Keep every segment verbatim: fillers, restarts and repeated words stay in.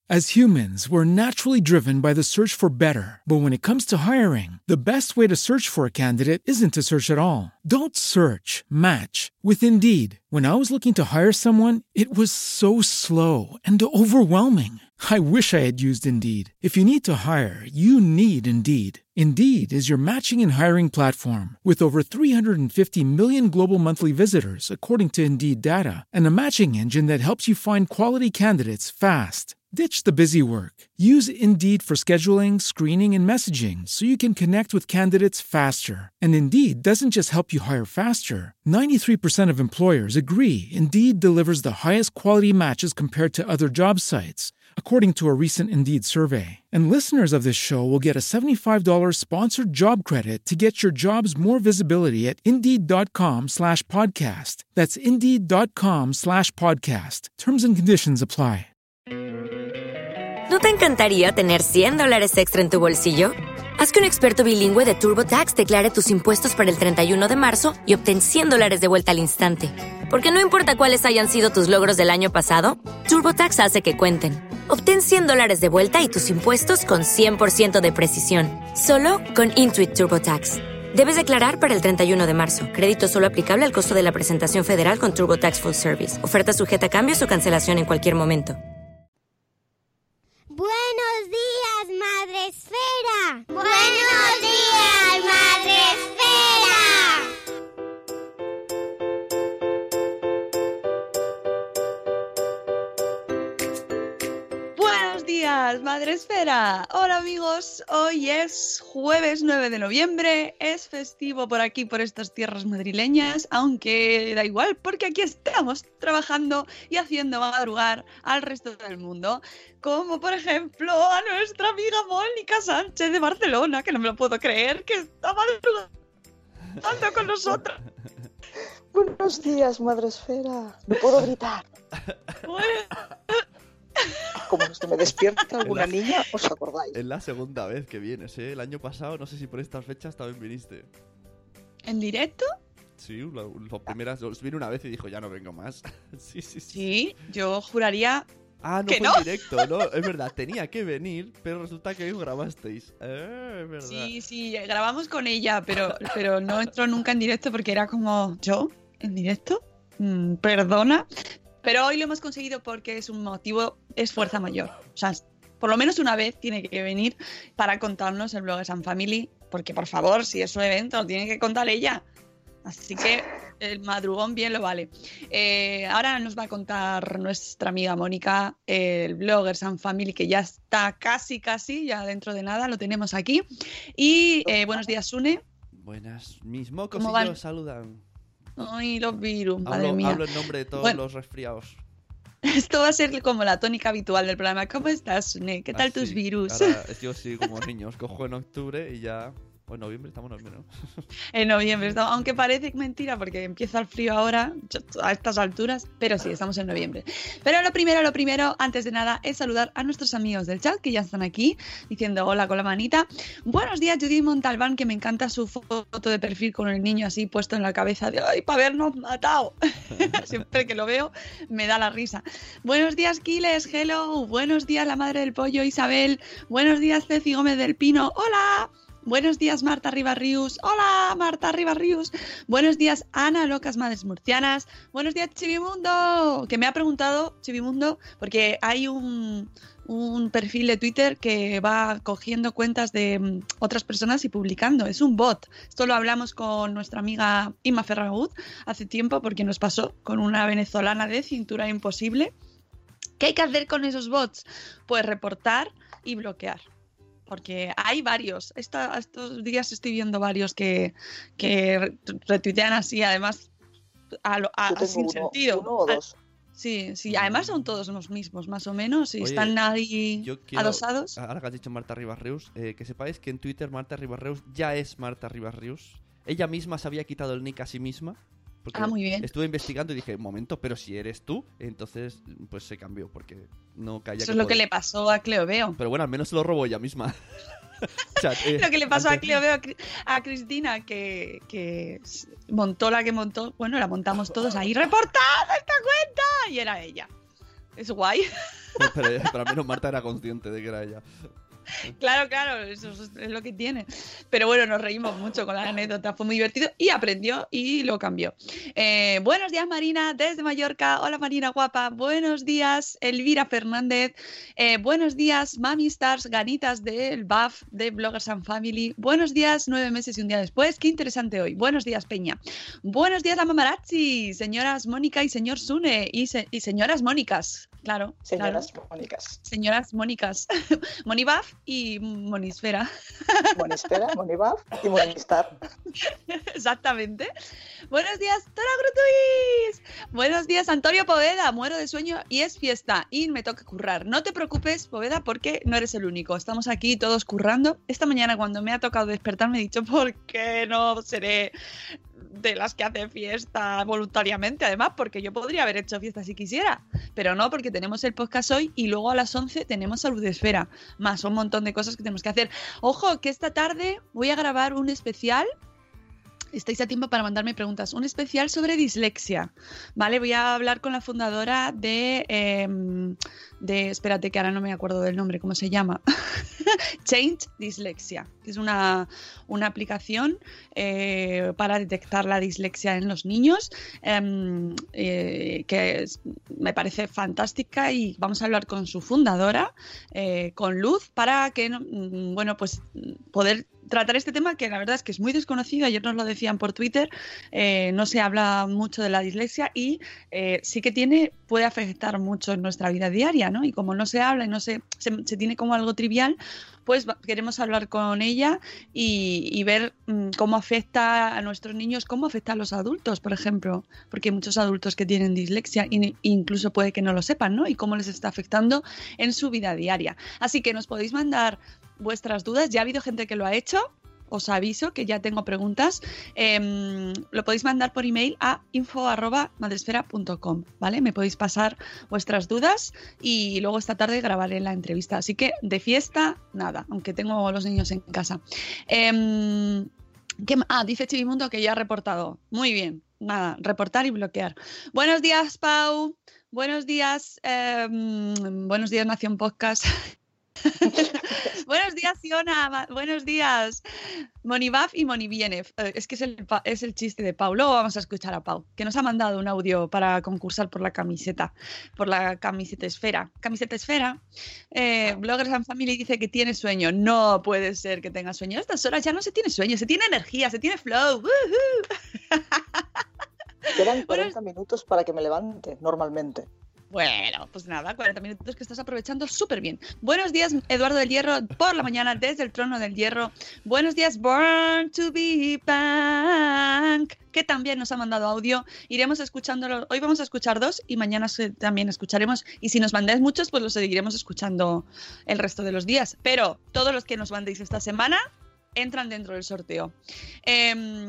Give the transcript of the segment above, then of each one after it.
As humans, we're naturally driven by the search for better. But when it comes to hiring, the best way to search for a candidate isn't to search at all. Don't search, match with Indeed. When I was looking to hire someone, it was so slow and overwhelming. I wish I had used Indeed. If you need to hire, you need Indeed. Indeed is your matching and hiring platform with over three hundred fifty million global monthly visitors, according to Indeed data, and a matching engine that helps you find quality candidates fast. Ditch the busy work. Use Indeed for scheduling, screening, and messaging so you can connect with candidates faster. And Indeed doesn't just help you hire faster. ninety-three percent of employers agree Indeed delivers the highest quality matches compared to other job sites, according to a recent Indeed survey. And listeners of this show will get a seventy-five dollars sponsored job credit to get your jobs more visibility at Indeed.com slash podcast. That's Indeed.com slash podcast. Terms and conditions apply. ¿No te encantaría tener cien dólares extra en tu bolsillo? Haz que un experto bilingüe de TurboTax declare tus impuestos para el treinta y uno de marzo y obtén cien dólares de vuelta al instante. Porque no importa cuáles hayan sido tus logros del año pasado, TurboTax hace que cuenten. Obtén cien dólares de vuelta y tus impuestos con cien por ciento de precisión. Solo con Intuit TurboTax. Debes declarar para el treinta y uno de marzo. Crédito solo aplicable al costo de la presentación federal con TurboTax Full Service. Oferta sujeta a cambios o cancelación en cualquier momento. ¡Buenos días, Madre Esfera! ¡Buenos días, Madre Esfera! Buenos días, Madre Esfera. Hola amigos, hoy es jueves nueve de noviembre, es festivo por aquí, por estas tierras madrileñas, aunque da igual porque aquí estamos trabajando y haciendo madrugar al resto del mundo, como por ejemplo a nuestra amiga Mónica Sánchez de Barcelona, que no me lo puedo creer, que está madrugando con nosotros. Buenos días, Madre Esfera. No puedo gritar. Bueno. Como se me despierta alguna niña, ¿os acordáis? Es la segunda vez que vienes, ¿eh? El año pasado, no sé si por estas fechas también viniste. ¿En directo? Sí, las la primeras... Vine una vez y dijo, ya no vengo más. sí, sí, sí. Sí, yo juraría... Ah, no ¿Que fue no? en directo, ¿no? Es verdad, tenía que venir, pero resulta que hoy grabasteis. Eh, es verdad. Sí, sí, grabamos con ella, pero, pero no entró nunca en directo porque era como, ¿yo? ¿En directo? Mm, perdona. Pero hoy lo hemos conseguido porque es un motivo, es fuerza mayor. O sea, por lo menos una vez tiene que venir para contarnos el blog de Sun Family, porque por favor, si es un evento, lo tiene que contar ella. Así que el madrugón bien lo vale. Eh, ahora nos va a contar nuestra amiga Mónica el blogger Sun Family, que ya está casi, casi, ya dentro de nada, lo tenemos aquí. Y eh, buenos días, Sune. Buenas, mis mocos ¿Cómo y van? yo saludan. Ay, los virus, madre Hablo, mía. hablo en nombre de todos Bueno. los resfriados. Esto va a ser como la tónica habitual del programa. ¿Cómo estás, Sune? ¿Qué tal Así, tus virus? Ahora, yo sí, como niños, cojo en octubre y ya... O en noviembre, estamos en noviembre, ¿no? En noviembre, estamos, aunque parece mentira porque empieza el frío ahora, a estas alturas, pero sí, estamos en noviembre. Pero lo primero, lo primero, antes de nada, es saludar a nuestros amigos del chat que ya están aquí, diciendo hola con la manita. Buenos días, Judith Montalbán, que me encanta su foto de perfil con el niño así puesto en la cabeza de ¡ay, para habernos matado! Siempre que lo veo me da la risa. Buenos días, Kiles, hello. Buenos días, la madre del pollo, Isabel. Buenos días, Ceci Gómez del Pino, hola. Buenos días, Marta Ribarrius. Hola, Marta Ribarrius. Buenos días, Ana Locas Madres Murcianas. Buenos días, Chivimundo. Que me ha preguntado, Chivimundo, porque hay un, un perfil de Twitter que va cogiendo cuentas de um, otras personas y publicando. Es un bot. Esto lo hablamos con nuestra amiga Inma Ferragut hace tiempo porque nos pasó con una venezolana de cintura imposible. ¿Qué hay que hacer con esos bots? Pues reportar y bloquear. Porque hay varios. Esta, estos días estoy viendo varios que, que retuitean así, además, a lo, a, sin uno, sentido. Uno o dos. A, sí, sí, además son todos los mismos, más o menos, y Oye, están ahí yo quiero, adosados. Ahora que has dicho Marta Ribarrius, eh, que sepáis que en Twitter Marta Ribarrius ya es Marta Ribarrius. Ella misma se había quitado el nick a sí misma. Porque Ah, muy bien. estuve investigando y dije, un momento, pero si eres tú, entonces pues se cambió, porque no caía. Eso es lo que le pasó a Cleo Veo. Pero bueno, al menos se lo robó ella misma. O sea, eh, Lo que le pasó antes... a Cleo Veo, a Cristina, que, que montó la que montó. Bueno, la montamos todos ahí. ¡Reportad esta cuenta! Y era ella. Es guay. Pero, pero al menos Marta era consciente de que era ella. Claro, claro, eso es lo que tiene. Pero bueno, nos reímos mucho con la anécdota, fue muy divertido y aprendió y lo cambió. Eh, buenos días, Marina, desde Mallorca. Hola, Marina guapa. Buenos días, Elvira Fernández. Eh, buenos días, Mami Stars, ganitas del B A F de Bloggers and Family. Buenos días, nueve meses y un día después. Qué interesante hoy. Buenos días, Peña. Buenos días, la Mamarazzi, señoras Mónica y señor Sune y, se y señoras Mónicas. Claro. Señoras claro. Mónicas. Señoras Mónicas. Monibaf y Monisfera. Monisfera, Monibaf y Monistar. Exactamente. Buenos días, Tora Grutuis. Buenos días, Antonio Poveda. Muero de sueño y es fiesta y me toca currar. No te preocupes, Poveda, porque no eres el único. Estamos aquí todos currando. Esta mañana cuando me ha tocado despertar me he dicho, ¿por qué no seré de las que hace fiesta voluntariamente? Además, porque yo podría haber hecho fiesta si quisiera, pero no, porque tenemos el podcast hoy y luego a las once tenemos Salud Esfera, más un montón de cosas que tenemos que hacer. Ojo, que esta tarde voy a grabar un especial. Estáis a tiempo para mandarme preguntas. Un especial sobre dislexia, ¿vale? Voy a hablar con la fundadora de... Eh, de espérate, que ahora no me acuerdo del nombre, ¿cómo se llama? Change Dyslexia, que es una, una aplicación eh, para detectar la dislexia en los niños, eh, eh, que es, me parece fantástica, y vamos a hablar con su fundadora, eh, con Luz, para que, bueno, pues poder tratar este tema, que la verdad es que es muy desconocido. Ayer nos lo decían por Twitter, eh, no se habla mucho de la dislexia y eh, sí que tiene, puede afectar mucho en nuestra vida diaria, ¿no? Y como no se habla y no se, se, se tiene como algo trivial, pues queremos hablar con ella y, y ver mmm, cómo afecta a nuestros niños, cómo afecta a los adultos, por ejemplo, porque hay muchos adultos que tienen dislexia e incluso puede que no lo sepan, ¿no? Y cómo les está afectando en su vida diaria. Así que nos podéis mandar vuestras dudas. Ya ha habido gente que lo ha hecho. Os aviso que ya tengo preguntas. Eh, lo podéis mandar por email a info arroba madresfera punto com, ¿vale? Me podéis pasar vuestras dudas y luego esta tarde grabaré la entrevista. Así que de fiesta, nada, aunque tengo los niños en casa. Eh, ¿qué, ah, dice Chivimundo que ya ha reportado. Muy bien, nada, reportar y bloquear. Buenos días, Pau. Buenos días, eh, buenos días, Nación Podcast. Buenos días, Fiona. Buenos días, Monibaf y Monibienev. Eh, es que es el, es el chiste de Pau. Luego vamos a escuchar a Pau, que nos ha mandado un audio para concursar por la camiseta, por la camiseta esfera. Camiseta esfera. Eh, Bloggers and Family dice que tiene sueño. No puede ser que tenga sueño. A estas horas ya no se tiene sueño, se tiene energía, se tiene flow. ¡Woohoo! Quedan cuarenta bueno, minutos para que me levante, normalmente. Bueno, pues nada, cuarenta minutos que estás aprovechando súper bien. Buenos días, Eduardo del Hierro, por la mañana desde el Trono del Hierro. Buenos días, Born to be Punk, que también nos ha mandado audio. Iremos escuchándolo. Hoy vamos a escuchar dos y mañana también escucharemos. Y si nos mandáis muchos, pues los seguiremos escuchando el resto de los días. Pero todos los que nos mandéis esta semana entran dentro del sorteo. Eh,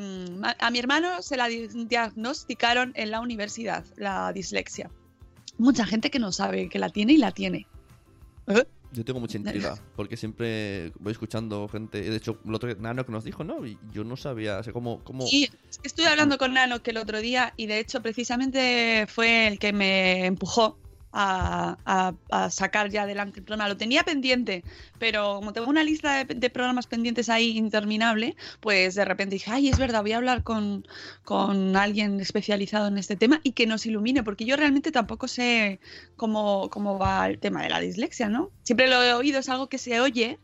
a mi hermano se la diagnosticaron en la universidad, la dislexia. Mucha gente que no sabe que la tiene y la tiene. ¿Eh? Yo tengo mucha intriga, porque siempre voy escuchando gente. De hecho, el otro Nano que nos dijo, ¿no? Y yo no sabía, o sea, cómo, cómo... Sí, es que estuve hablando con Nano que el otro día, y de hecho precisamente fue el que me empujó A, a, a sacar ya adelante el programa. Lo tenía pendiente, pero como tengo una lista de, de programas pendientes ahí interminable, pues de repente dije, ay, es verdad, voy a hablar con, con alguien especializado en este tema y que nos ilumine, porque yo realmente tampoco sé cómo, cómo va el tema de la dislexia, ¿no? Siempre lo he oído, es algo que se oye,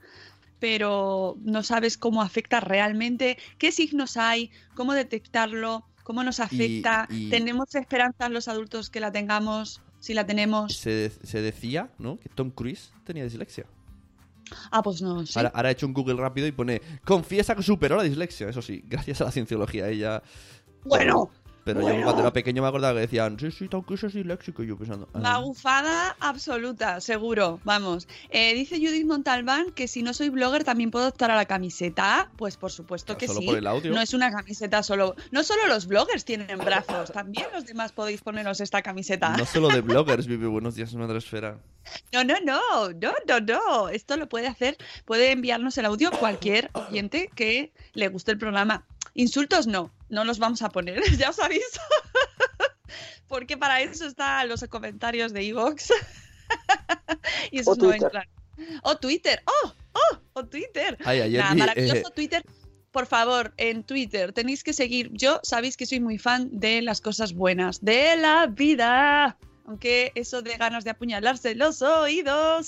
pero no sabes cómo afecta realmente, qué signos hay, cómo detectarlo, cómo nos afecta, y, y... tenemos esperanzas los adultos que la tengamos. Si la tenemos. Se, se decía, ¿no?, que Tom Cruise tenía dislexia. Ah, pues no, sí. Ahora, ahora he hecho un Google rápido y pone, confiesa que superó la dislexia. Eso sí, gracias a la cienciología. Ella... Bueno. Pero bueno. Yo cuando era pequeño me acordaba que decían, sí, sí, Tom Cruise es disléxico. Y yo pensando... Ah. Magufada absoluta, seguro. Vamos. Eh, dice Judith Montalbán que si no soy blogger también puedo optar a la camiseta. Pues por supuesto que solo sí. Por el audio. No es una camiseta solo. No solo los bloggers tienen brazos, también los demás podéis poneros esta camiseta. No solo de bloggers vive Buenos Días Madresfera. No, no, no, no, no, no. Esto lo puede hacer, puede enviarnos el audio cualquier oyente que le guste el programa. Insultos no, no los vamos a poner, ya os aviso. porque para eso están los comentarios de iVoox. Y eso O no Twitter. entra. O Twitter. ¡Oh! ¡Oh! O Twitter. Ay, ayer Nada, vi, maravilloso eh, Twitter. Por favor, en Twitter tenéis que seguir. Yo sabéis que soy muy fan de las cosas buenas, de la vida. Aunque eso de ganas de apuñalarse los oídos.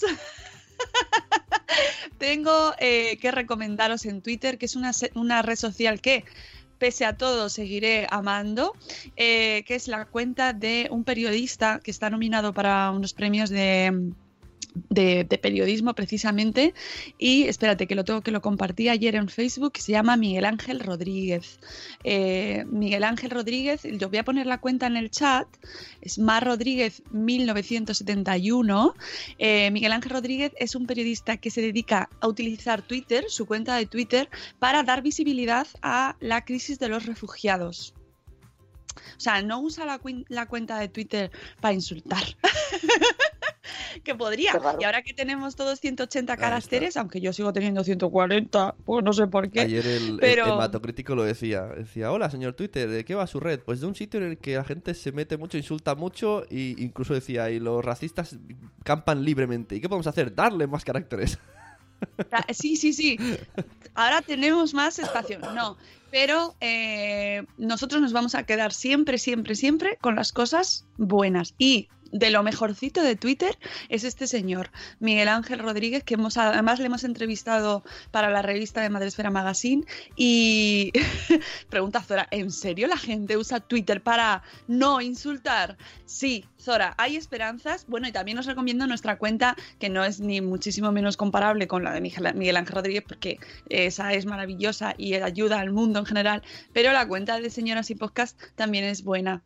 Tengo eh, que recomendaros en Twitter, que es una, una red social que, pese a todo, seguiré amando, eh, que es la cuenta de un periodista que está nominado para unos premios de... De, de periodismo precisamente, y espérate que lo tengo que lo compartí ayer en Facebook, que se llama Miguel Ángel Rodríguez. eh, Miguel Ángel Rodríguez, yo voy a poner la cuenta en el chat, es Mar Rodríguez mil novecientos setenta y uno. eh, Miguel Ángel Rodríguez es un periodista que se dedica a utilizar Twitter, su cuenta de Twitter, para dar visibilidad a la crisis de los refugiados. O sea, no usa la, cu- la cuenta de Twitter para insultar. Que podría. Y ahora que tenemos todos ciento ochenta caracteres, aunque yo sigo teniendo ciento cuarenta, pues no sé por qué. Ayer el, pero... el, el Matocrítico lo decía. Decía, hola, señor Twitter, ¿de qué va su red? Pues de un sitio en el que la gente se mete mucho, insulta mucho, e incluso decía, y los racistas campan libremente. ¿Y qué podemos hacer? Darle más caracteres. Sí, sí, sí. Ahora tenemos más espacio. No, pero eh, nosotros nos vamos a quedar siempre, siempre, siempre con las cosas buenas. Y de lo mejorcito de Twitter es este señor, Miguel Ángel Rodríguez, que hemos, además le hemos entrevistado para la revista de Madresfera Magazine. Y pregunta Zora, ¿en serio la gente usa Twitter para no insultar? Sí, Zora, hay esperanzas. Bueno, y también os recomiendo nuestra cuenta, que no es ni muchísimo menos comparable con la de Miguel Ángel Rodríguez, porque esa es maravillosa y ayuda al mundo en general, pero la cuenta de Señoras y Podcast también es buena.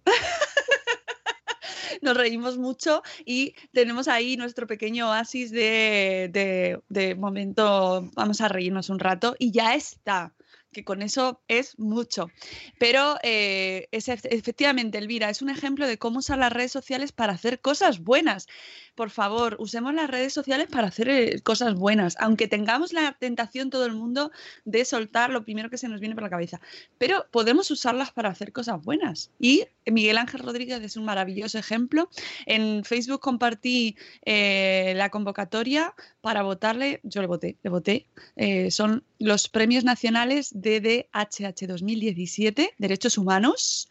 Nos reímos mucho y tenemos ahí nuestro pequeño oasis de, de, de momento, vamos a reírnos un rato y ya está, que con eso es mucho. Pero eh, es, efectivamente, Elvira, es un ejemplo de cómo usar las redes sociales para hacer cosas buenas. Por favor, usemos las redes sociales para hacer eh, cosas buenas, aunque tengamos la tentación todo el mundo de soltar lo primero que se nos viene por la cabeza. Pero podemos usarlas para hacer cosas buenas. Y Miguel Ángel Rodríguez es un maravilloso ejemplo. En Facebook compartí eh, la convocatoria para votarle. Yo le voté, le voté. Eh, son los premios nacionales D D H H dos mil diecisiete, Derechos Humanos.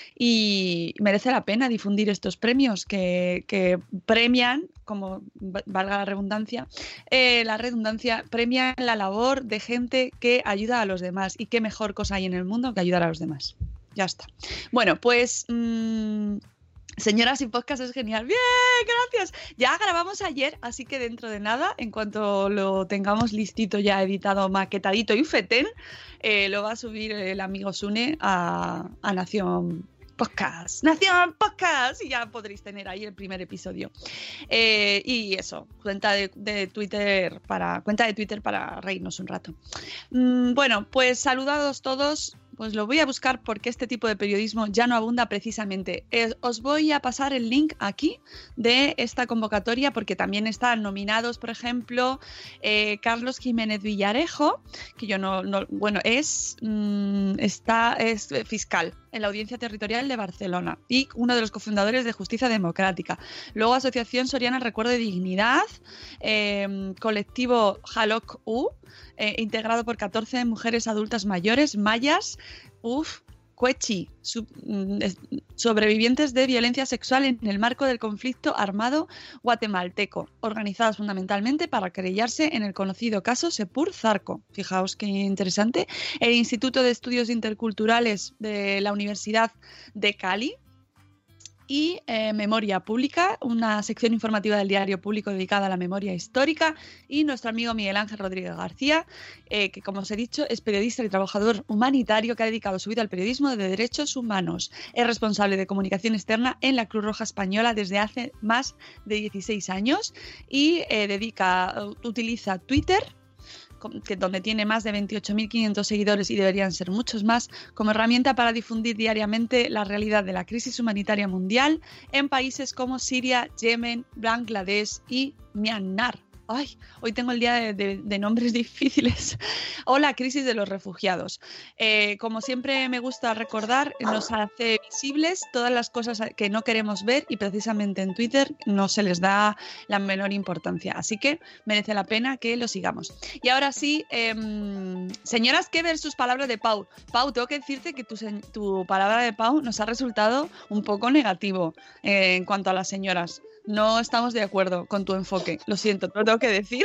Y merece la pena difundir estos premios que, que premian, como valga la redundancia, eh, la redundancia, premian la labor de gente que ayuda a los demás. Y qué mejor cosa hay en el mundo que ayudar a los demás. Ya está. Bueno, pues... Mmm, Señoras y Podcast es genial. ¡Bien! ¡Gracias! Ya grabamos ayer, así que dentro de nada, en cuanto lo tengamos listito, ya editado, maquetadito y fetén, eh, lo va a subir el amigo Sune a, a Nación Podcast. Nación Podcast. Y ya podréis tener ahí el primer episodio. Eh, y eso, cuenta de, de Twitter para cuenta de Twitter para reírnos un rato. Mm, bueno, pues saludados todos. Pues lo voy a buscar porque este tipo de periodismo ya no abunda precisamente. Eh, os voy a pasar el link aquí de esta convocatoria porque también están nominados, por ejemplo, eh, Carlos Jiménez Villarejo, que yo no, no bueno, es, mmm, está, es fiscal en la Audiencia Territorial de Barcelona y uno de los cofundadores de Justicia Democrática. Luego Asociación Soriana Recuerdo de Dignidad, eh, colectivo Jaloc U, eh, integrado por catorce mujeres adultas mayores, mayas, uf, Cuechi, sub, sobrevivientes de violencia sexual en el marco del conflicto armado guatemalteco, organizadas fundamentalmente para querellarse en el conocido caso Sepur Zarco. Fijaos qué interesante. El Instituto de Estudios Interculturales de la Universidad de Cali, y eh, Memoria Pública, una sección informativa del Diario Público dedicada a la memoria histórica, y nuestro amigo Miguel Ángel Rodríguez García, eh, que como os he dicho es periodista y trabajador humanitario que ha dedicado su vida al periodismo de derechos humanos. Es responsable de comunicación externa en la Cruz Roja Española desde hace más de dieciséis años y eh, dedica, utiliza Twitter, que donde tiene más de veintiocho mil quinientos seguidores y deberían ser muchos más, como herramienta para difundir diariamente la realidad de la crisis humanitaria mundial en países como Siria, Yemen, Bangladesh y Myanmar. Ay, hoy tengo el día de, de, de nombres difíciles. Hola, crisis de los refugiados. Eh, como siempre me gusta recordar, nos hace visibles todas las cosas que no queremos ver y precisamente en Twitter no se les da la menor importancia. Así que merece la pena que lo sigamos. Y ahora sí, eh, señoras que versus palabras de Pau. Pau, tengo que decirte que tu, tu palabra de Pau nos ha resultado un poco negativo eh, en cuanto a las señoras. No estamos de acuerdo con tu enfoque. Lo siento, te lo tengo que decir.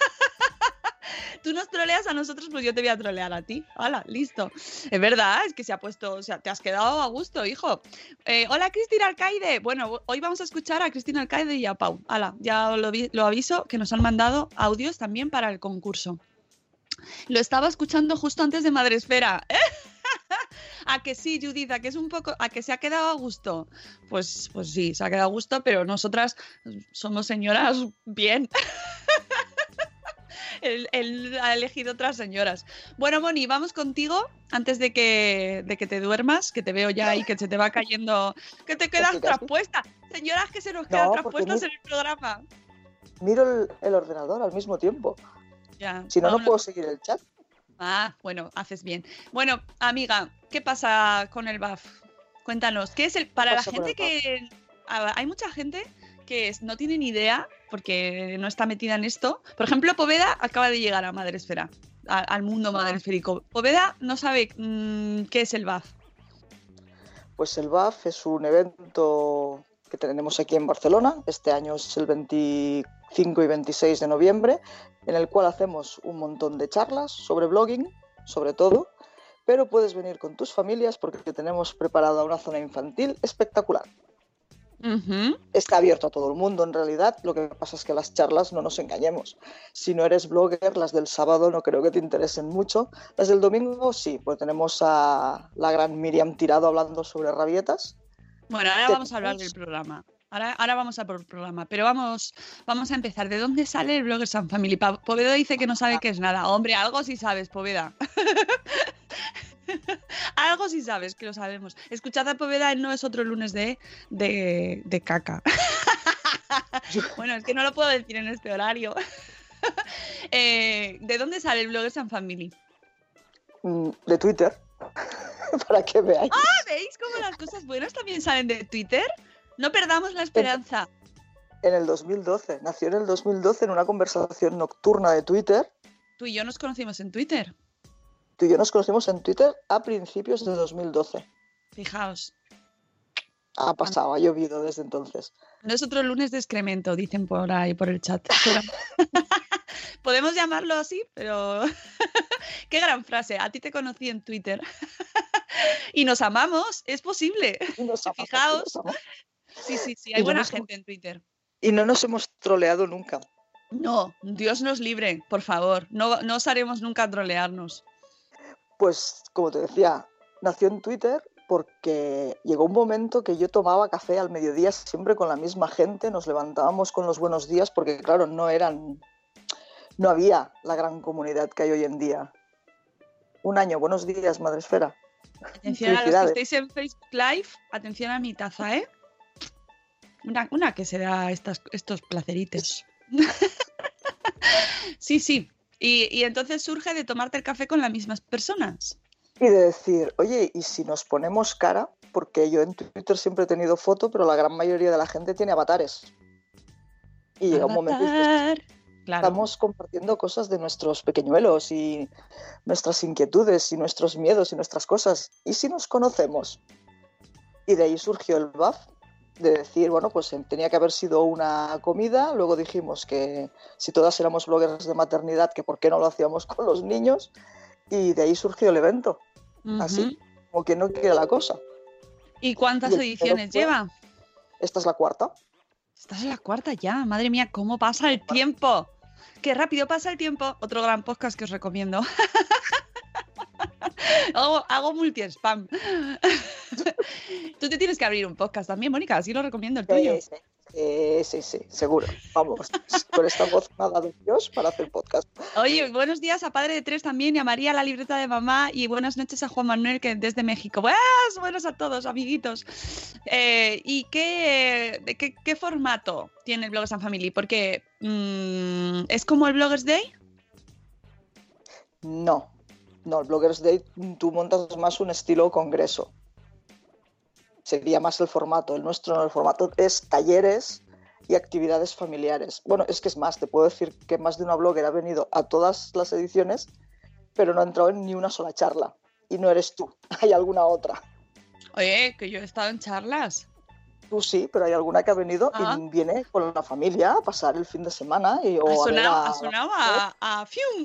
Tú nos troleas a nosotros, pues yo te voy a trolear a ti. Hala, listo. Es verdad, es que se ha puesto, o sea, te has quedado a gusto, hijo. Eh, hola, Cristina Alcaide. Bueno, hoy vamos a escuchar a Cristina Alcaide y a Pau. Hala, ya lo, lo aviso, que nos han mandado audios también para el concurso. Lo estaba escuchando justo antes de Madresfera. ¿Eh? A que sí, Judith, a que es un poco, a que se ha quedado a gusto. Pues, pues sí, se ha quedado a gusto, pero nosotras somos señoras bien. él, él ha elegido otras señoras. Bueno, Moni, vamos contigo antes de que, de que te duermas, que te veo ya ahí, que se te va cayendo, que te quedas traspuesta. Señoras que se nos quedan no, traspuestas en el programa. Miro el, el ordenador al mismo tiempo. Ya, si no, Pablo, no puedo seguir el chat. Ah, bueno, haces bien. Bueno, amiga, ¿qué pasa con el B A F? Cuéntanos, ¿qué es el para la gente que hay mucha gente que no tiene ni idea porque no está metida en esto? Por ejemplo, Poveda acaba de llegar a Madresfera, a, al mundo madresférico. Poveda no sabe mmm, qué es el B A F. Pues el B A F es un evento que tenemos aquí en Barcelona. Este año es el veinticinco y veintiséis de noviembre, en el cual hacemos un montón de charlas sobre blogging, sobre todo, pero puedes venir con tus familias porque tenemos preparada una zona infantil espectacular. Uh-huh. Está abierto a todo el mundo en realidad, lo que pasa es que las charlas, no nos engañemos, si no eres blogger, las del sábado no creo que te interesen mucho, las del domingo sí, pues tenemos a la gran Miriam Tirado hablando sobre rabietas. Bueno, ahora vamos a hablar del programa. Ahora, ahora vamos a por el programa, pero vamos, vamos a empezar. ¿De dónde sale el Bloggers and Family? Poveda dice que no sabe qué es nada. Hombre, algo sí sabes, Poveda. Algo sí sabes, que lo sabemos. Escuchad a Poveda, él no es otro lunes de, de, de caca. Bueno, es que no lo puedo decir en este horario. eh, ¿De dónde sale el Bloggers and Family? De Twitter. Para que veáis. Ah, ¿veis cómo las cosas buenas también salen de Twitter? No perdamos la esperanza. En el dos mil doce, nació en el dos mil doce en una conversación nocturna de Twitter. Tú y yo nos conocimos en Twitter. Tú y yo nos conocimos en Twitter a principios de dos mil doce. Fijaos. Ha pasado, ha llovido desde entonces. No es otro lunes de excremento, dicen por ahí, por el chat. Pero... Podemos llamarlo así, pero... Qué gran frase. A ti te conocí en Twitter. Y nos amamos, es posible. Y nos amamos, Fijaos. nos amamos. Sí, sí, sí, hay y buena no gente hemos... en Twitter. Y no nos hemos troleado nunca. No, Dios nos libre, por favor. No, no osaremos nunca trolearnos. Pues, como te decía, nació en Twitter porque llegó un momento que yo tomaba café al mediodía siempre con la misma gente, nos levantábamos con los buenos días porque, claro, no eran... No había la gran comunidad que hay hoy en día. Un año, buenos días, Madresfera. Atención a los que estéis en Facebook Live, atención a mi taza, ¿eh? Una, una que se da estas, estos placeritos. Sí, sí. Y, y entonces surge de tomarte el café con las mismas personas. Y de decir, oye, ¿y si nos ponemos cara? Porque yo en Twitter siempre he tenido foto, pero la gran mayoría de la gente tiene avatares. Y llega un momento en que claro. Estamos compartiendo cosas de nuestros pequeñuelos y nuestras inquietudes y nuestros miedos y nuestras cosas. ¿Y si nos conocemos? Y de ahí surgió el B A F, de decir, bueno, pues tenía que haber sido una comida. Luego dijimos que si todas éramos bloggers de maternidad, que por qué no lo hacíamos con los niños. Y de ahí surgió el evento. Uh-huh. Así, como que no quiere la cosa. ¿Y cuántas y ediciones fue, lleva? Esta es la cuarta. Esta es la cuarta ya. Madre mía, ¿cómo pasa el tiempo? ¡Qué rápido pasa el tiempo! Otro gran podcast que os recomiendo. hago, hago multi-spam. Tú te tienes que abrir un podcast también, Mónica, así lo recomiendo el tuyo. Sí, sí. Eh, sí, sí, seguro. Vamos, con esta voz me ha dado Dios para hacer podcast. Oye, buenos días a Padre de Tres también y a María, la libreta de mamá, y buenas noches a Juan Manuel, que desde México. Buenas, buenas a todos, amiguitos. Eh, ¿Y qué, de qué, qué formato tiene el Bloggers and Family? Porque mmm, ¿es como el Bloggers Day? No, no, el Bloggers Day tú montas más un estilo congreso. Sería más el formato. El nuestro no, el formato es talleres y actividades familiares. Bueno, es que es más, te puedo decir que más de una blogger ha venido a todas las ediciones, pero no ha entrado en ni una sola charla. Y no eres tú, hay alguna otra. Oye, que yo he estado en charlas. Tú sí, pero hay alguna que ha venido Ah. y viene con la familia a pasar el fin de semana. Y, o Ha a ver sonado, a- ha sonado a, a Fium.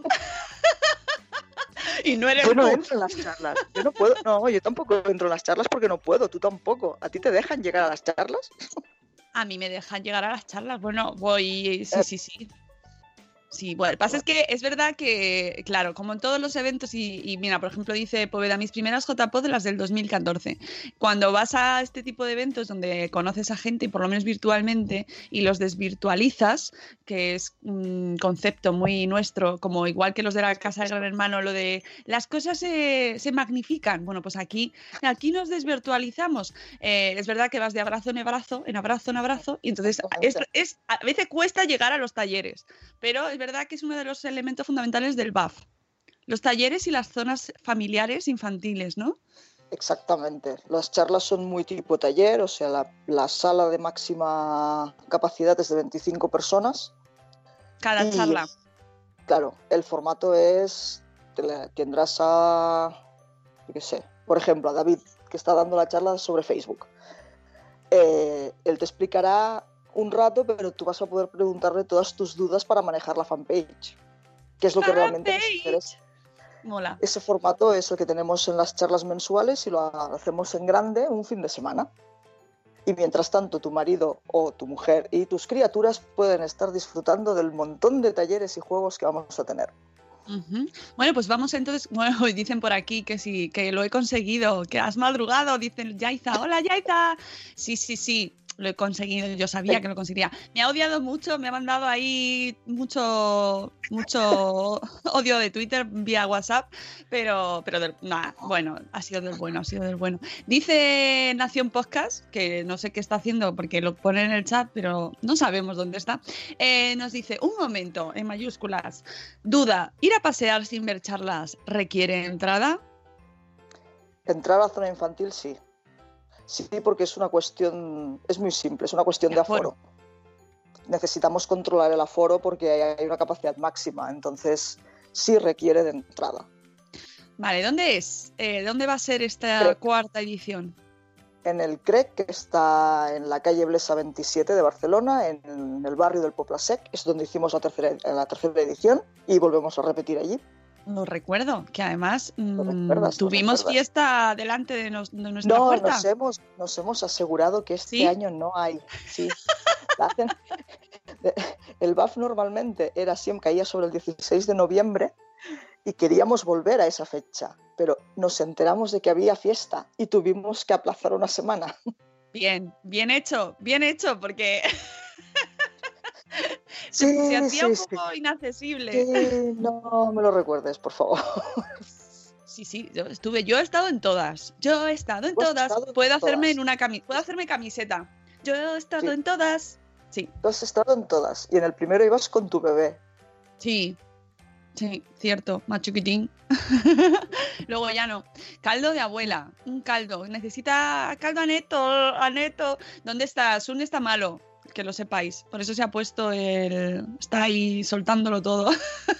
Y no eres Yo no tú. entro en las charlas. Yo no puedo. No, yo tampoco entro en las charlas porque no puedo. Tú tampoco. ¿A ti te dejan llegar a las charlas? A mí me dejan llegar a las charlas. Bueno, voy. Sí, sí, sí. Sí, bueno, el pasa es que es verdad que, claro, como en todos los eventos, y, y mira, por ejemplo, dice Poveda, mis primeras J P O D las del dos mil catorce. Cuando vas a este tipo de eventos donde conoces a gente, y por lo menos virtualmente, y los desvirtualizas, que es un concepto muy nuestro, como igual que los de la Casa de Gran Hermano, lo de las cosas se, se magnifican. Bueno, pues aquí, aquí nos desvirtualizamos. Eh, es verdad que vas de abrazo en abrazo, en abrazo en abrazo, y entonces es, es, a veces cuesta llegar a los talleres, pero es verdad que es uno de los elementos fundamentales del B A F. Los talleres y las zonas familiares infantiles, ¿no? Exactamente. Las charlas son muy tipo taller, o sea, la, la sala de máxima capacidad es de veinticinco personas. Cada y, charla. Claro, el formato es, te la- tendrás a, yo qué sé, por ejemplo, a David, que está dando la charla sobre Facebook. Eh, él te explicará un rato, pero tú vas a poder preguntarle todas tus dudas para manejar la fanpage, que es lo que realmente nos interesa. Mola. Ese formato es el que tenemos en las charlas mensuales y lo hacemos en grande un fin de semana. Y mientras tanto, tu marido o tu mujer y tus criaturas pueden estar disfrutando del montón de talleres y juegos que vamos a tener. Uh-huh. Bueno, pues vamos entonces. Bueno, dicen por aquí que sí, que lo he conseguido, que has madrugado, dicen Yaiza. Hola, Yaiza. Sí, sí, sí. Lo he conseguido, yo sabía que lo conseguiría. Me ha odiado mucho, me ha mandado ahí mucho mucho odio de Twitter vía WhatsApp, pero, pero del, nah, bueno, ha sido del bueno, ha sido del bueno. Dice Nación Podcast, que no sé qué está haciendo porque lo pone en el chat, pero no sabemos dónde está. Eh, nos dice, un momento, en mayúsculas, duda, ¿ir a pasear sin ver charlas requiere entrada? Entrar a la zona infantil, sí. Sí, porque es una cuestión, es muy simple, es una cuestión de, De aforo. aforo. Necesitamos controlar el aforo porque hay una capacidad máxima, entonces sí requiere de entrada. Vale, ¿dónde es? Eh, ¿Dónde va a ser esta Crec. cuarta edición? En el Crec, que está en la calle Blesa veintisiete de Barcelona, en el barrio del Poble Sec, es donde hicimos la tercera, la tercera edición y volvemos a repetir allí. Lo recuerdo, que además Lo mmm, recuerdas, lo tuvimos recuerdas. fiesta delante de, nos, de nuestra No, puerta. nos hemos, nos hemos asegurado que este ¿Sí? año no hay. Sí. La hacen- El B A F normalmente era siempre caía sobre el dieciséis de noviembre y queríamos volver a esa fecha, pero nos enteramos de que había fiesta y tuvimos que aplazar una semana. Bien, bien hecho, bien hecho, porque Sí, se, se hacía sí, un sí. poco inaccesible. Sí, no me lo recuerdes, por favor. Sí, sí, yo estuve, yo he estado en todas. Yo he estado en Tú has todas. estado en Puedo hacerme todas. en una camiseta. Puedo hacerme camiseta. Yo he estado Sí. en todas. Sí, Tú has estado en todas y en el primero ibas con tu bebé. sí. Sí, cierto, más chiquitín. Luego ya no. Caldo de abuela, un caldo. Necesita caldo aneto, aneto. ¿Dónde está? Sun está malo, que lo sepáis. Por eso se ha puesto el... Está ahí soltándolo todo.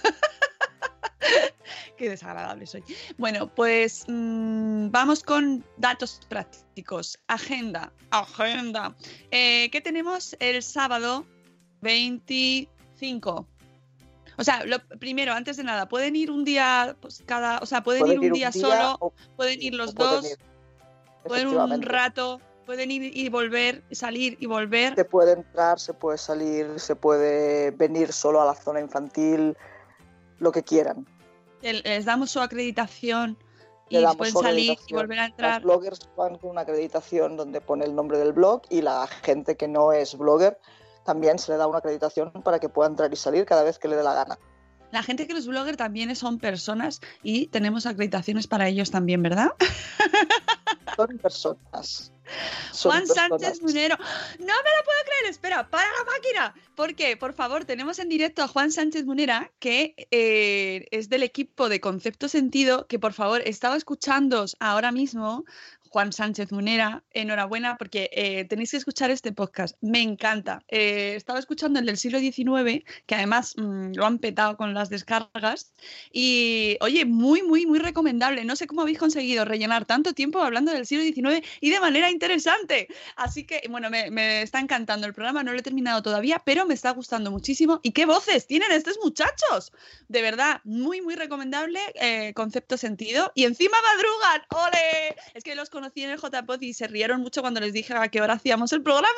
Qué desagradable soy. Bueno, pues mmm, vamos con datos prácticos. Agenda, agenda. Eh, ¿Qué tenemos el sábado veinticinco? O sea, lo primero, antes de nada, ¿pueden ir un día pues, cada, o sea, pueden, Pueden ir un día, solo, o- pueden ir los o pueden dos, ir. pueden un Efectivamente. rato, pueden ir y volver, salir y volver? Se puede entrar, se puede salir, se puede venir solo a la zona infantil, lo que quieran. El- Les damos su acreditación y pueden salir y volver a entrar. Los bloggers van con una acreditación donde pone el nombre del blog y la gente que no es blogger también se le da una acreditación para que pueda entrar y salir cada vez que le dé la gana. La gente que los bloggers también son personas y tenemos acreditaciones para ellos también, ¿verdad? Son personas. Son Juan personas. Sánchez Munero. No me lo puedo creer. Espera, para la máquina. ¿Por qué? Por favor, tenemos en directo a Juan Sánchez Munera, que eh, es del equipo de Concepto Sentido, que por favor estaba escuchándoos ahora mismo. Juan Sánchez Munera, enhorabuena porque eh, tenéis que escuchar este podcast, me encanta. Eh, estaba escuchando el del siglo diecinueve, que además mmm, lo han petado con las descargas y oye, muy, muy, muy recomendable. No sé cómo habéis conseguido rellenar tanto tiempo hablando del siglo diecinueve y de manera interesante. Así que, bueno, me, me está encantando el programa, no lo he terminado todavía, pero me está gustando muchísimo. ¿Y qué voces tienen estos muchachos? De verdad, muy, muy recomendable, eh, Concepto Sentido. Y encima madrugan, ¡ole! Es que los conocí en el J-Pod y se rieron mucho cuando les dije a qué hora hacíamos el programa.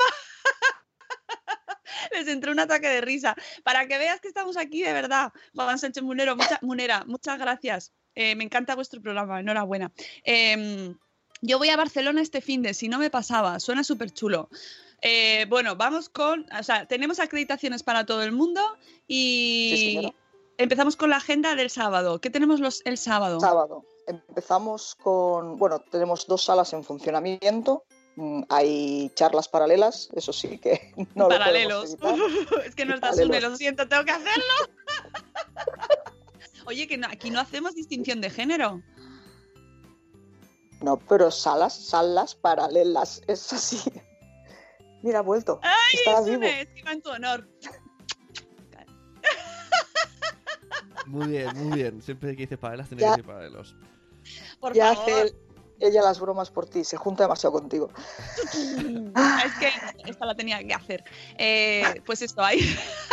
Les entró un ataque de risa. Para que veas que estamos aquí, de verdad. Juan Sánchez Munero, mucha, Munera, muchas gracias. Eh, me encanta vuestro programa, enhorabuena. Eh, yo voy a Barcelona este finde, si no me pasaba, suena súper chulo. Eh, bueno, vamos con... O sea, tenemos acreditaciones para todo el mundo y sí, empezamos con la agenda del sábado. ¿Qué tenemos los, el sábado? Sábado. Empezamos con, bueno, tenemos dos salas en funcionamiento, hay charlas paralelas, eso sí que no paralelos. Lo podemos evitar. Es que no estás une, lo siento, tengo que hacerlo. Oye, que no, aquí no hacemos distinción de género. No, pero salas, salas paralelas, es así. Mira, ha vuelto. ¡Ay, Estaba vivo. Sune! Estima en tu honor. Muy bien, muy bien. Siempre que dices paralelas, tenéis que decir paralelos. Por ya favor. hace ella las bromas por ti, se junta demasiado contigo. Es que esta la tenía que hacer. Eh, pues esto hay.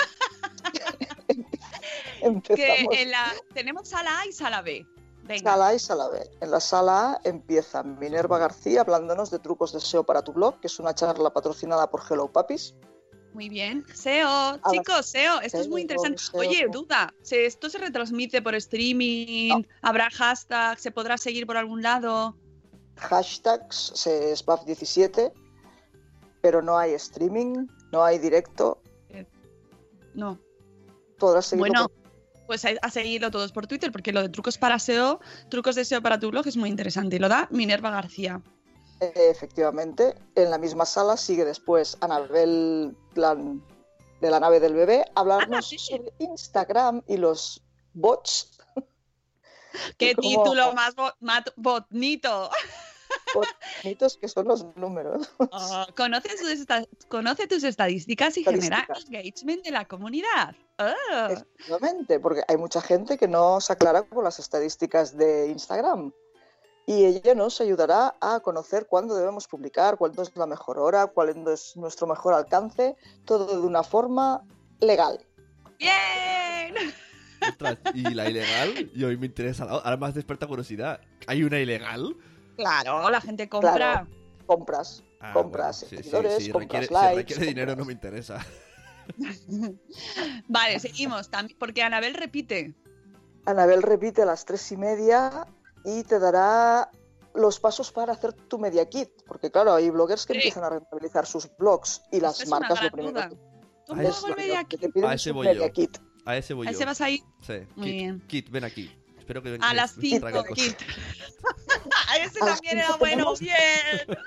Empezamos. Que en la, tenemos sala A y sala B. Venga. Sala A y sala B. En la sala A empieza Minerva García hablándonos de trucos de S E O para tu blog, que es una charla patrocinada por Hello Puppies. Muy bien. S E O, chicos, S E O, esto S E O, es muy interesante. S E O. Oye, duda, ¿esto se retransmite por streaming? No. ¿Habrá hashtags? ¿Se podrá seguir por algún lado? Hashtags, es B A F diecisiete, pero no hay streaming, no hay directo. No. Podrás seguirlo. Bueno, por... pues a, a seguirlo todos por Twitter, porque lo de trucos para S E O, trucos de S E O para tu blog es muy interesante y lo da Minerva García. Efectivamente, en la misma sala sigue después Anabel Plan de la nave del bebé, hablarnos ah, sí. sobre Instagram y los bots. ¡Qué como... título más, bo más bonito! Bonitos que son los números. Oh, conoce, sus conoce tus estadísticas y genera engagement de la comunidad. Oh. Efectivamente, porque hay mucha gente que no se aclara con las estadísticas de Instagram. Y ella nos ayudará a conocer cuándo debemos publicar, cuándo es la mejor hora, cuál es nuestro mejor alcance, todo de una forma legal. ¡Bien! Ostras, ¿y la ilegal? Y hoy me interesa, ahora más despierta curiosidad. ¿Hay una ilegal? Claro, la gente compra. Claro, compras, ah, compras bueno, sí, seguidores, sí, sí. compras requiere, likes. Si requiere compras. dinero no me interesa. Vale, seguimos, porque Anabel repite. Anabel repite a las tres y media... y te dará los pasos para hacer tu media kit, porque claro, hay bloggers que sí. empiezan a rentabilizar sus blogs y las es marcas lo primero duda. ¿Cómo hago el media kit? Que te piden a ese su voy media yo. kit. A ese voy ¿A yo. ese vas ahí? Sí. Muy Kit, bien. Kit, ven aquí. Espero que ven, a las cinco, Kit. A ese a también era bueno, tenemos... bien.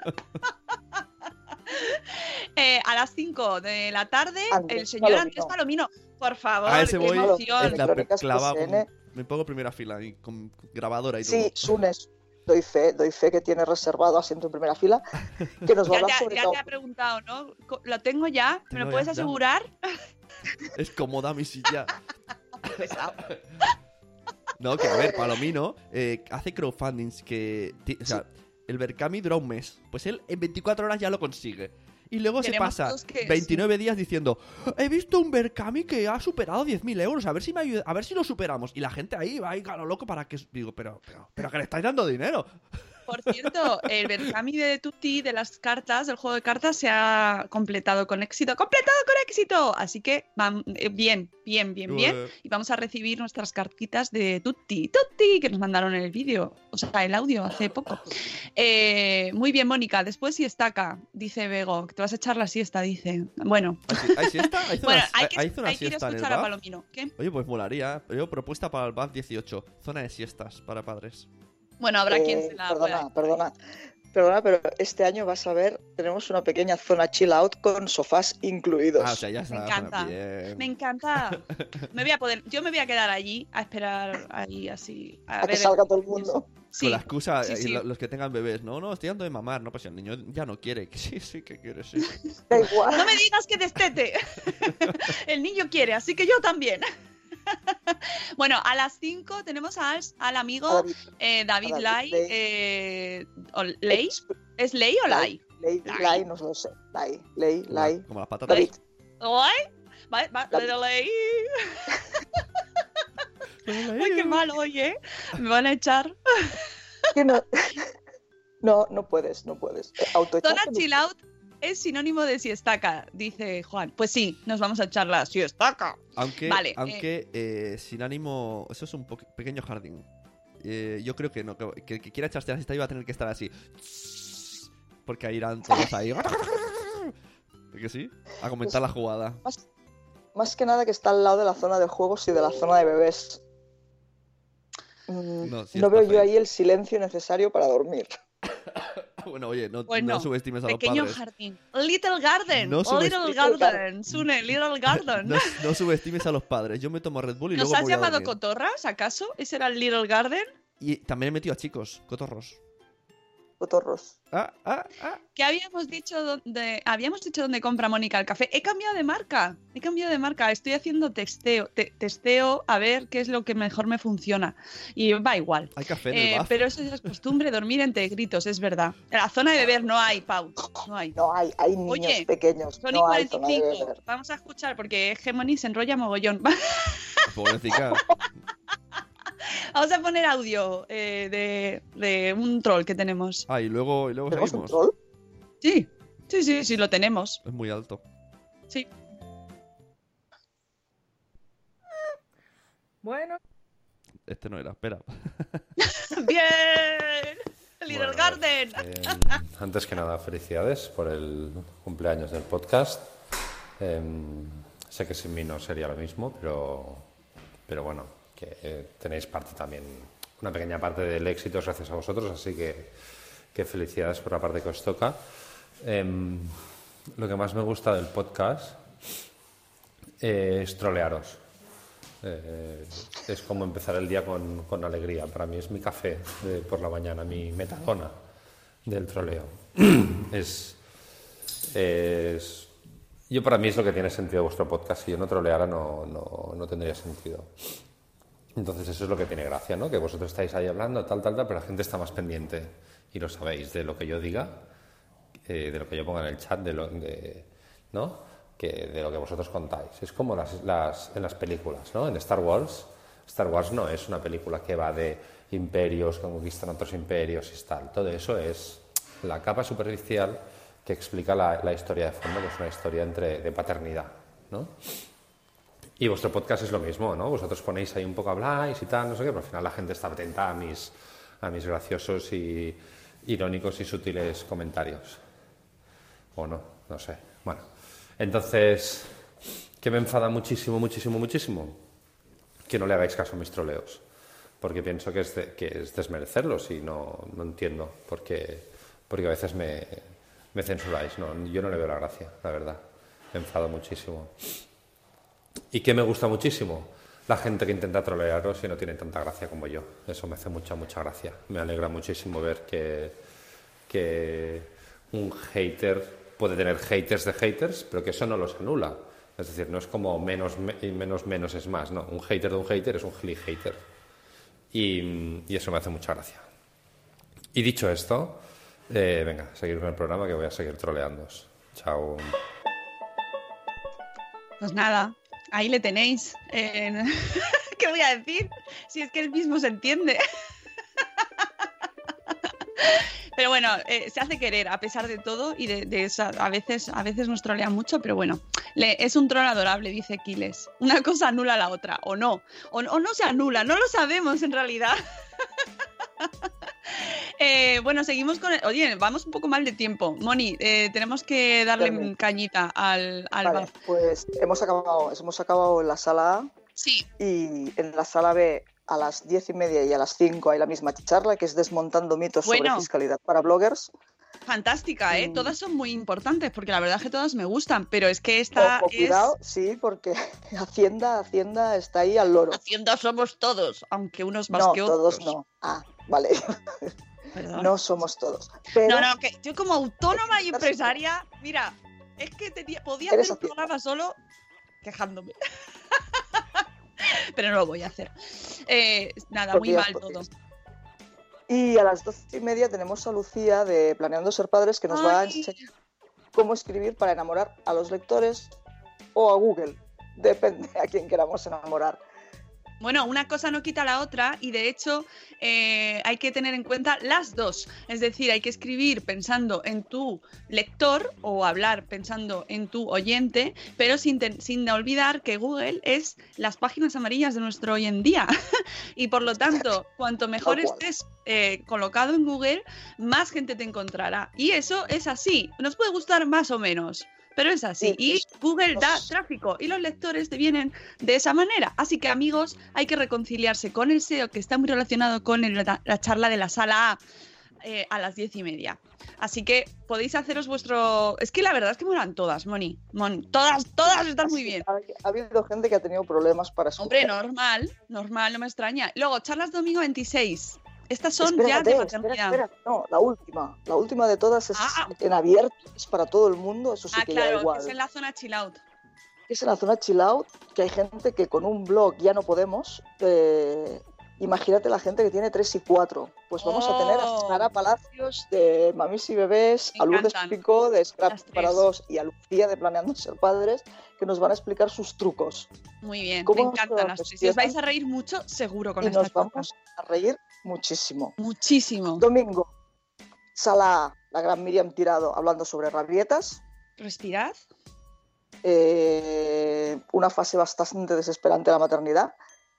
eh, a las cinco de la tarde, Andrés el señor Palomino. Andrés Palomino. Por favor, a ese voy. emoción. La clava, con, me pongo primera fila y con grabadora y todo. Sí, Sunes. Doy fe, doy fe que tiene reservado asiento en primera fila, que nos va a hablar ya, sobre ya todo. te ha preguntado, ¿no? ¿Lo tengo ya? ¿Me lo puedes ya, asegurar? Ya. Es cómoda mi silla. No, que a ver, Palomino eh, hace crowdfundings que... O sea, sí. El Berkami dura un mes. Pues él en veinticuatro horas ya lo consigue. Y luego se pasa veintinueve sí. días diciendo: he visto un Berkami que ha superado diez mil euros, a ver si me ayuda, a ver si lo superamos. Y la gente ahí va ahí a lo loco para que... Digo, pero, pero, pero que le estáis dando dinero. por cierto, el Berkami de Tutti, de las cartas, del juego de cartas, se ha completado con éxito. ¡Completado con éxito! Así que, vam- eh, bien, bien, bien, bien. Ué. Y vamos a recibir nuestras cartitas de Tutti, Tutti, que nos mandaron el vídeo, o sea, el audio hace poco. Eh, muy bien, Mónica. Después siestaca, dice Bego, que te vas a echar la siesta, dice. Bueno, ¿Hay, si- hay siesta? ¿Hay bueno, zonas- hay hay- que, hay zona hay que ir a siesta en el escuchar a B A F? Palomino. ¿Qué? Oye, pues molaría. Yo propuesta para el B A F dieciocho. Zona de siestas para padres. Bueno, habrá quien Eh, se la perdona, pueda- perdona. Perdona, pero este año vas a ver, tenemos una pequeña zona chill out con sofás incluidos. Ah, o sea, ya Me está. encanta. Bien. Me encanta. Me voy a poder, yo me voy a quedar allí a esperar ahí así. A, a que ver el- salga todo el mundo. Sí, Con la excusa, sí, eh, sí. lo- los que tengan bebés, no, no, estoy dando de mamar, no, pues si el niño ya no quiere, que sí, sí que quiere, sí. Da igual. No me digas que destete. El niño quiere, así que yo también. Bueno, a las cinco tenemos al, al amigo A David. eh, David a David Lai. Lai. eh, o Ley. ¿Es Ley o Lai? Ley, Lai. Lai, no lo sé. Lai, Ley, Como, Lai. la- como las patatas. David. ¿Lai? Va, va, David. Ley. Uy, qué mal, oye. Me van a echar. Que no... no, no puedes, no puedes. Eh, autoecharte Zona no- chill out es sinónimo de siestaca, dice Juan. Pues sí, nos vamos a echar la siestaca. Aunque, Vale, aunque eh, sin ánimo, eso es un po- pequeño jardín. Eh, yo creo que no, que, que el que quiera echarse la siesta iba a tener que estar así. Porque ahí irán todos ahí. ¿Que sí? A comentar la jugada. Más, más que nada que está al lado de la zona de juegos y de la zona de bebés. Mm, No, No, sí está veo yo feo. ahí el silencio necesario para dormir. Bueno, oye, no, Bueno, no subestimes a los Pequeño padres. jardín. Little Garden. No subes- Little Little Garden. Sune, Little Garden. No, no subestimes a los padres. Yo me tomo Red Bull y ¿Nos luego me has voy a llamado dormir. cotorras, acaso? ¿Ese era el Little Garden? Y también he metido a chicos, cotorros. Cotorros. Ah, ah, ah. ¿Qué habíamos dicho dónde habíamos dicho dónde compra Mónica el café? He cambiado de marca. He cambiado de marca. Estoy haciendo testeo, te- testeo a ver qué es lo que mejor me funciona. Y va igual. Hay café en el Eh, B A F. pero eso ya es costumbre, dormir entre gritos, es verdad. En la zona de beber no hay, Pau. No hay. No, hay, hay niños Oye, pequeños. Son y No hay cuarenta zona y de cinco. beber. Vamos a escuchar porque Hegemony se enrolla mogollón. Pobrecita. Vamos a poner audio eh, de, de un troll que tenemos. Ah, y luego, y luego ¿Tenemos un seguimos. troll? Sí, sí, sí, sí, lo tenemos. Es muy alto. Sí. Bueno, Este no era, espera. ¡Bien! Little Bueno, Garden. eh, antes que nada, felicidades por el cumpleaños del podcast. Eh, sé que sin mí no sería lo mismo, pero, pero bueno, que eh, tenéis parte también, una pequeña parte del éxito es gracias a vosotros, así que, que felicidades por la parte que os toca. Eh, lo que más me gusta del podcast eh, es trolearos. Eh, es como empezar el día con, con alegría. Para mí es mi café de, por la mañana, mi metadona del troleo. es, es, yo para mí es lo que tiene sentido vuestro podcast. Si yo no troleara no, no, no tendría sentido. Entonces eso es lo que tiene gracia, ¿no? Que vosotros estáis ahí hablando, tal, tal, tal, pero la gente está más pendiente, y lo sabéis, de lo que yo diga, eh, de lo que yo ponga en el chat, de lo, de, ¿no? Que de lo que vosotros contáis. Es como las, las, en las películas, ¿no? En Star Wars, Star Wars no es una película que va de imperios que conquistan otros imperios y tal. Todo eso es la capa superficial que explica la, la historia de fondo, que es una historia entre, de paternidad, ¿no? Y vuestro podcast es lo mismo, ¿no? Vosotros ponéis ahí un poco, habláis y tal, no sé qué, pero al final la gente está atenta a mis, a mis graciosos y irónicos y sutiles comentarios. O no, no sé. Bueno, entonces, ¿qué me enfada muchísimo, muchísimo, muchísimo? Que no le hagáis caso a mis troleos. Porque pienso que es, de, que es desmerecerlos y no, no entiendo por qué, porque a veces me, me censuráis. No, yo no le veo la gracia, la verdad. Me enfado muchísimo. ¿Y qué me gusta muchísimo? La gente que intenta trolearos y no tiene tanta gracia como yo. Eso me hace mucha, mucha gracia. Me alegra muchísimo ver que, que un hater puede tener haters de haters, pero que eso no los anula. Es decir, no es como menos, me, menos, menos es más. No, un hater de un hater es un gili hater. Y, y eso me hace mucha gracia. Y dicho esto, eh, venga, seguir con el programa que voy a seguir troleándoos. Chao. Pues nada, ahí le tenéis. Eh, ¿Qué voy a decir? Si es que él mismo se entiende. Pero bueno, eh, se hace querer a pesar de todo y de, de esa, a veces a veces nos trolea mucho, pero bueno, le, es un troll adorable, dice Quiles. Una cosa anula a la otra, o no, o, o no se anula, no lo sabemos en realidad. eh, bueno, seguimos con el... Oye, vamos un poco mal de tiempo. Moni, eh, tenemos que darle Termin. cañita al, al vale, bar. Pues hemos acabado, hemos acabado en la sala A. Sí. Y en la sala B a las diez y media y a las cinco hay la misma charla, que es Desmontando mitos bueno, sobre fiscalidad para bloggers. Fantástica, ¿eh? Mm. Todas son muy importantes, porque la verdad es que todas me gustan, pero es que esta Ojo, es... Cuidado, sí, porque Hacienda, Hacienda está ahí al loro. Hacienda somos todos, aunque unos más no, que otros. No, todos no. Ah, vale. Perdón. No somos todos. Pero... No, no, que yo como autónoma y empresaria, mira, es que tenía, podía hacer un Hacienda. programa solo quejándome. Pero no lo voy a hacer. Eh, nada, muy mal todo. Y a las doce y media tenemos a Lucía de Planeando Ser Padres, que nos Ay. va a enseñar cómo escribir para enamorar a los lectores o a Google. Depende a quién queramos enamorar. Bueno, una cosa no quita la otra y de hecho eh, hay que tener en cuenta las dos. Es decir, hay que escribir pensando en tu lector o hablar pensando en tu oyente, pero sin, te- sin olvidar que Google es las páginas amarillas de nuestro hoy en día. Y por lo tanto, cuanto mejor estés eh, colocado en Google, más gente te encontrará. Y eso es así. Nos puede gustar más o menos, pero es así. Y Google da tráfico y los lectores te vienen de esa manera. Así que, amigos, hay que reconciliarse con el S E O, que está muy relacionado con el, la charla de la sala A eh, a las diez y media. Así que podéis haceros vuestro... Es que la verdad es que molan todas, Moni. Moni. Todas, todas están muy bien. Ha, ha habido gente que ha tenido problemas para escoger. Hombre, normal, normal, no me extraña. Luego, charlas domingo veintiséis. Estas son espérate, ya de maternidad. Espera, espera. No, la última. La última de todas es ah, en abierto, es para todo el mundo. Eso sí ah, que claro, ya igual. Que es en la zona chill out. Es en la zona chill out, que hay gente que con un blog ya no podemos. Eh, imagínate la gente que tiene tres y cuatro. Pues vamos oh. a tener a Sara Palacios de Mamis y Bebés, a Lourdes Picó de Scrap para dos y a Lucía de Planeando Ser Padres, que nos van a explicar sus trucos. Muy bien, me encantan las tres. Si os vais a reír mucho, seguro con y esta nos vamos cosa. a reír muchísimo. Muchísimo. Domingo, sala A, la gran Miriam Tirado hablando sobre rabietas. Respirad. Eh, una fase bastante desesperante de la maternidad.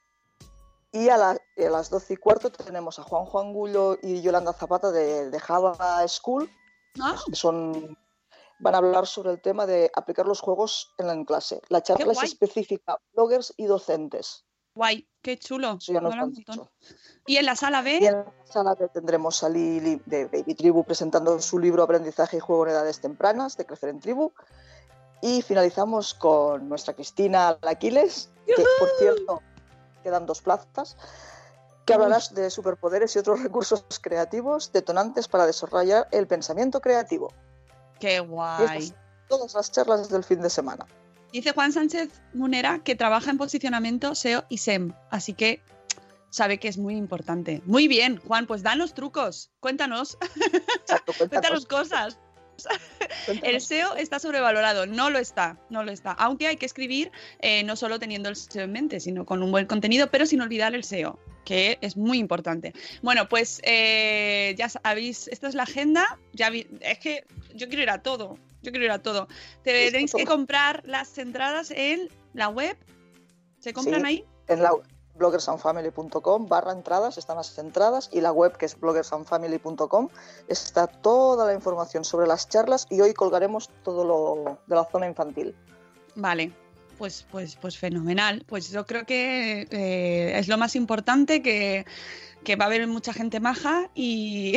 Y a, la, a las doce y cuarto tenemos a Juan Juan Gullo y Yolanda Zapata de, de Java School. Ah. Que son, van a hablar sobre el tema de aplicar los juegos en, en clase. La charla es específica, bloggers y docentes. Guay, qué chulo. Eso ya nos lo han dicho. ¿Y en la sala B? Y en la sala B tendremos a Lili de Baby Tribu presentando su libro Aprendizaje y Juego en Edades Tempranas, de Crecer en Tribu. Y finalizamos con nuestra Cristina Laquiles, que por cierto quedan dos plazas, que hablarás de superpoderes y otros recursos creativos detonantes para desarrollar el pensamiento creativo. ¡Qué guay! Y estas, todas las charlas del fin de semana. Dice Juan Sánchez Munera que trabaja en posicionamiento, S E O y S E M, así que sabe que es muy importante. Muy bien, Juan, pues danos trucos, cuéntanos, Exacto, cuéntanos. cuéntanos cosas. El S E O está sobrevalorado, no lo está, no lo está. Aunque hay que escribir eh, no solo teniendo el S E O en mente, sino con un buen contenido, pero sin olvidar el S E O, que es muy importante. Bueno, pues eh, ya sabéis, esta es la agenda. Ya vi, es que yo quiero ir a todo, yo quiero ir a todo. Tenéis que comprar las entradas en la web. ¿Se compran sí, ahí? En la bloggersandfamily punto com barra entradas están las entradas y la web que es bloggersandfamily punto com está toda la información sobre las charlas y hoy colgaremos todo lo de la zona infantil. Vale, pues, pues, pues fenomenal. Pues yo creo que eh, es lo más importante, que, que va a haber mucha gente maja y,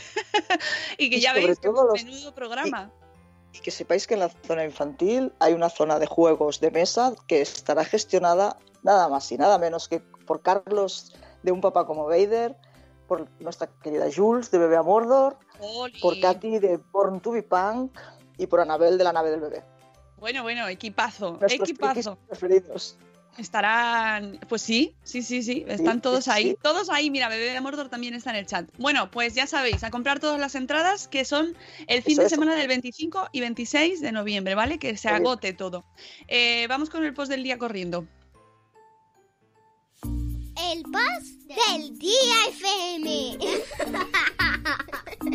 y que y ya veis que es un menudo los... programa. Y, y que sepáis que en la zona infantil hay una zona de juegos de mesa que estará gestionada nada más y nada menos que por Carlos de Un Papá como Vader, por nuestra querida Jules de Bebé a Mordor, Oli. por Katy de Born to be Punk y por Anabel de La Nave del Bebé. Bueno, bueno, equipazo, Nuestros equipazo. Preferidos. Estarán, pues sí, sí, sí, sí, están sí, todos sí, ahí, sí. todos ahí, mira, Bebé de Mordor también está en el chat. Bueno, pues ya sabéis, a comprar todas las entradas que son el fin eso, de eso. semana del veinticinco y veintiséis de noviembre, ¿vale? Que se agote todo. Eh, vamos con el post del día corriendo. El post del día F M.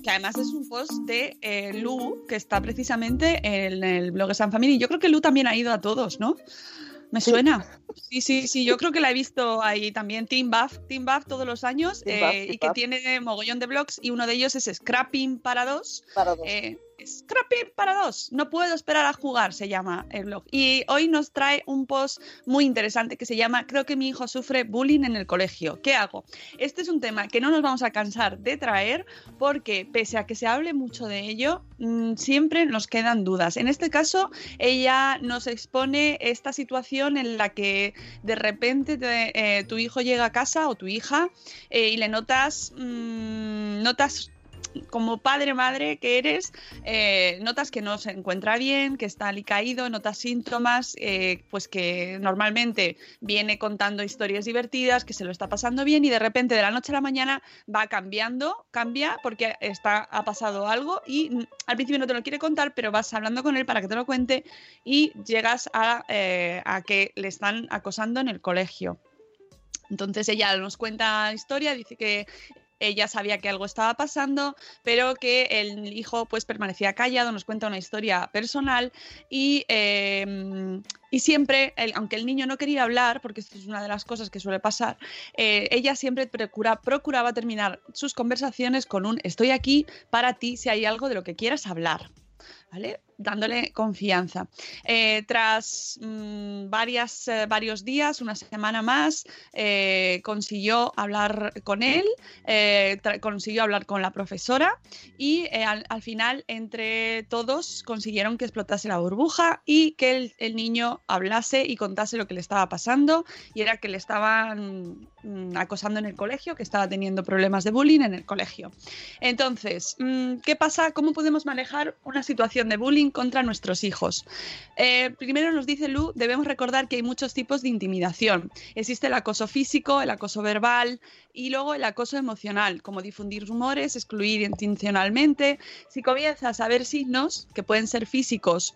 que además es un post de eh, Lu, que está precisamente en el blog de San Family. Yo creo que Lu también ha ido a todos, ¿no? Me suena. Sí, sí, sí, yo creo que la he visto ahí también. Team Buff, Team Buff todos los años, eh, Buff, y que Buff. Tiene mogollón de blogs, y uno de ellos es Scrapping para dos. Para dos. Eh, Scrapping para dos. No puedo esperar a jugar, se llama el blog. Y hoy nos trae un post muy interesante que se llama Creo que mi hijo sufre bullying en el colegio. ¿Qué hago? Este es un tema que no nos vamos a cansar de traer porque, pese a que se hable mucho de ello, mmm, siempre nos quedan dudas. En este caso, ella nos expone esta situación en la que de repente te, eh, tu hijo llega a casa o tu hija eh, y le notas, mmm, notas como padre, madre que eres, eh, notas que no se encuentra bien, que está alicaído, notas síntomas, eh, pues que normalmente viene contando historias divertidas, que se lo está pasando bien, y de repente de la noche a la mañana va cambiando, cambia porque está, ha pasado algo, y al principio no te lo quiere contar, pero vas hablando con él para que te lo cuente y llegas a, eh, a que le están acosando en el colegio. Entonces ella nos cuenta la historia, dice que ella sabía que algo estaba pasando, pero que el hijo pues permanecía callado, nos cuenta una historia personal y, eh, y siempre, el, aunque el niño no quería hablar, porque esto es una de las cosas que suele pasar, eh, ella siempre procura, procuraba terminar sus conversaciones con un estoy aquí para ti si hay algo de lo que quieras hablar, ¿vale? Dándole confianza. Eh, tras mmm, varias, eh, varios días, una semana más, eh, consiguió hablar con él, eh, consiguió hablar con la profesora y eh, al, al final entre todos consiguieron que explotase la burbuja y que el, el niño hablase y contase lo que le estaba pasando, y era que le estaban mmm, acosando en el colegio, que estaba teniendo problemas de bullying en el colegio. Entonces, mmm, ¿qué pasa? ¿Cómo podemos manejar una situación de bullying contra nuestros hijos? Eh, primero nos dice Lu, debemos recordar que hay muchos tipos de intimidación. Existe el acoso físico, el acoso verbal y luego el acoso emocional, como difundir rumores, excluir intencionalmente. Si comienzas a ver signos que pueden ser físicos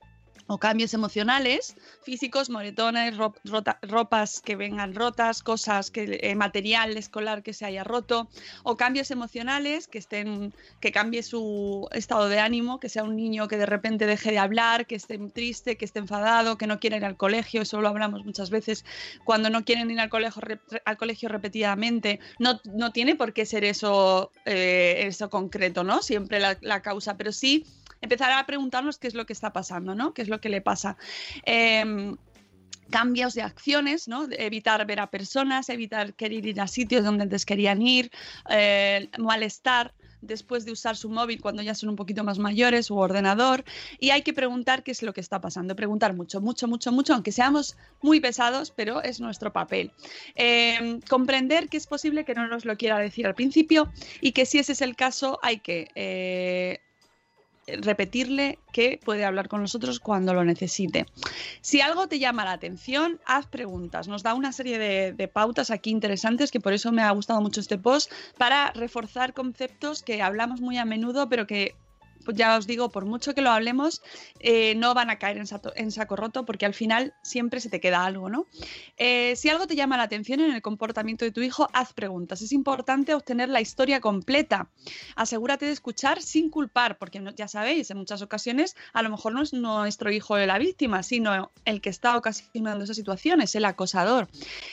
o cambios emocionales, físicos, moretones, ro rota, ropas que vengan rotas, cosas, que eh, material escolar que se haya roto, o cambios emocionales, que estén, que cambie su estado de ánimo, que sea un niño que de repente deje de hablar, que esté triste, que esté enfadado, que no quiera ir al colegio. Eso lo hablamos muchas veces. Cuando no quieren ir al colegio, re al colegio repetidamente, no, no tiene por qué ser eso, eh, eso concreto, ¿no? Siempre la, la causa, pero sí empezar a preguntarnos qué es lo que está pasando, ¿no? ¿Qué es lo que le pasa? Eh, cambios de acciones, ¿no? Evitar ver a personas, evitar querer ir a sitios donde antes querían ir, eh, malestar después de usar su móvil cuando ya son un poquito más mayores, u ordenador, y hay que preguntar qué es lo que está pasando, preguntar mucho, mucho, mucho, mucho, aunque seamos muy pesados, pero es nuestro papel. Eh, comprender que es posible que no nos lo quiera decir al principio y que si ese es el caso hay que eh, repetirle que puede hablar con nosotros cuando lo necesite. Si algo te llama la atención, haz preguntas. Nos da una serie de, de pautas aquí interesantes, que por eso me ha gustado mucho este post, para reforzar conceptos que hablamos muy a menudo, pero que, pues ya os digo, por mucho que lo hablemos, eh, no van a caer en, sato, en saco roto, porque al final siempre se te queda algo, ¿no? Eh, si algo te llama la atención en el comportamiento de tu hijo, haz preguntas. Es importante obtener la historia completa. Asegúrate de escuchar sin culpar, porque no, ya sabéis, en muchas ocasiones a lo mejor no es nuestro hijo la víctima, sino el que está ocasionando esa situación, es el acosador.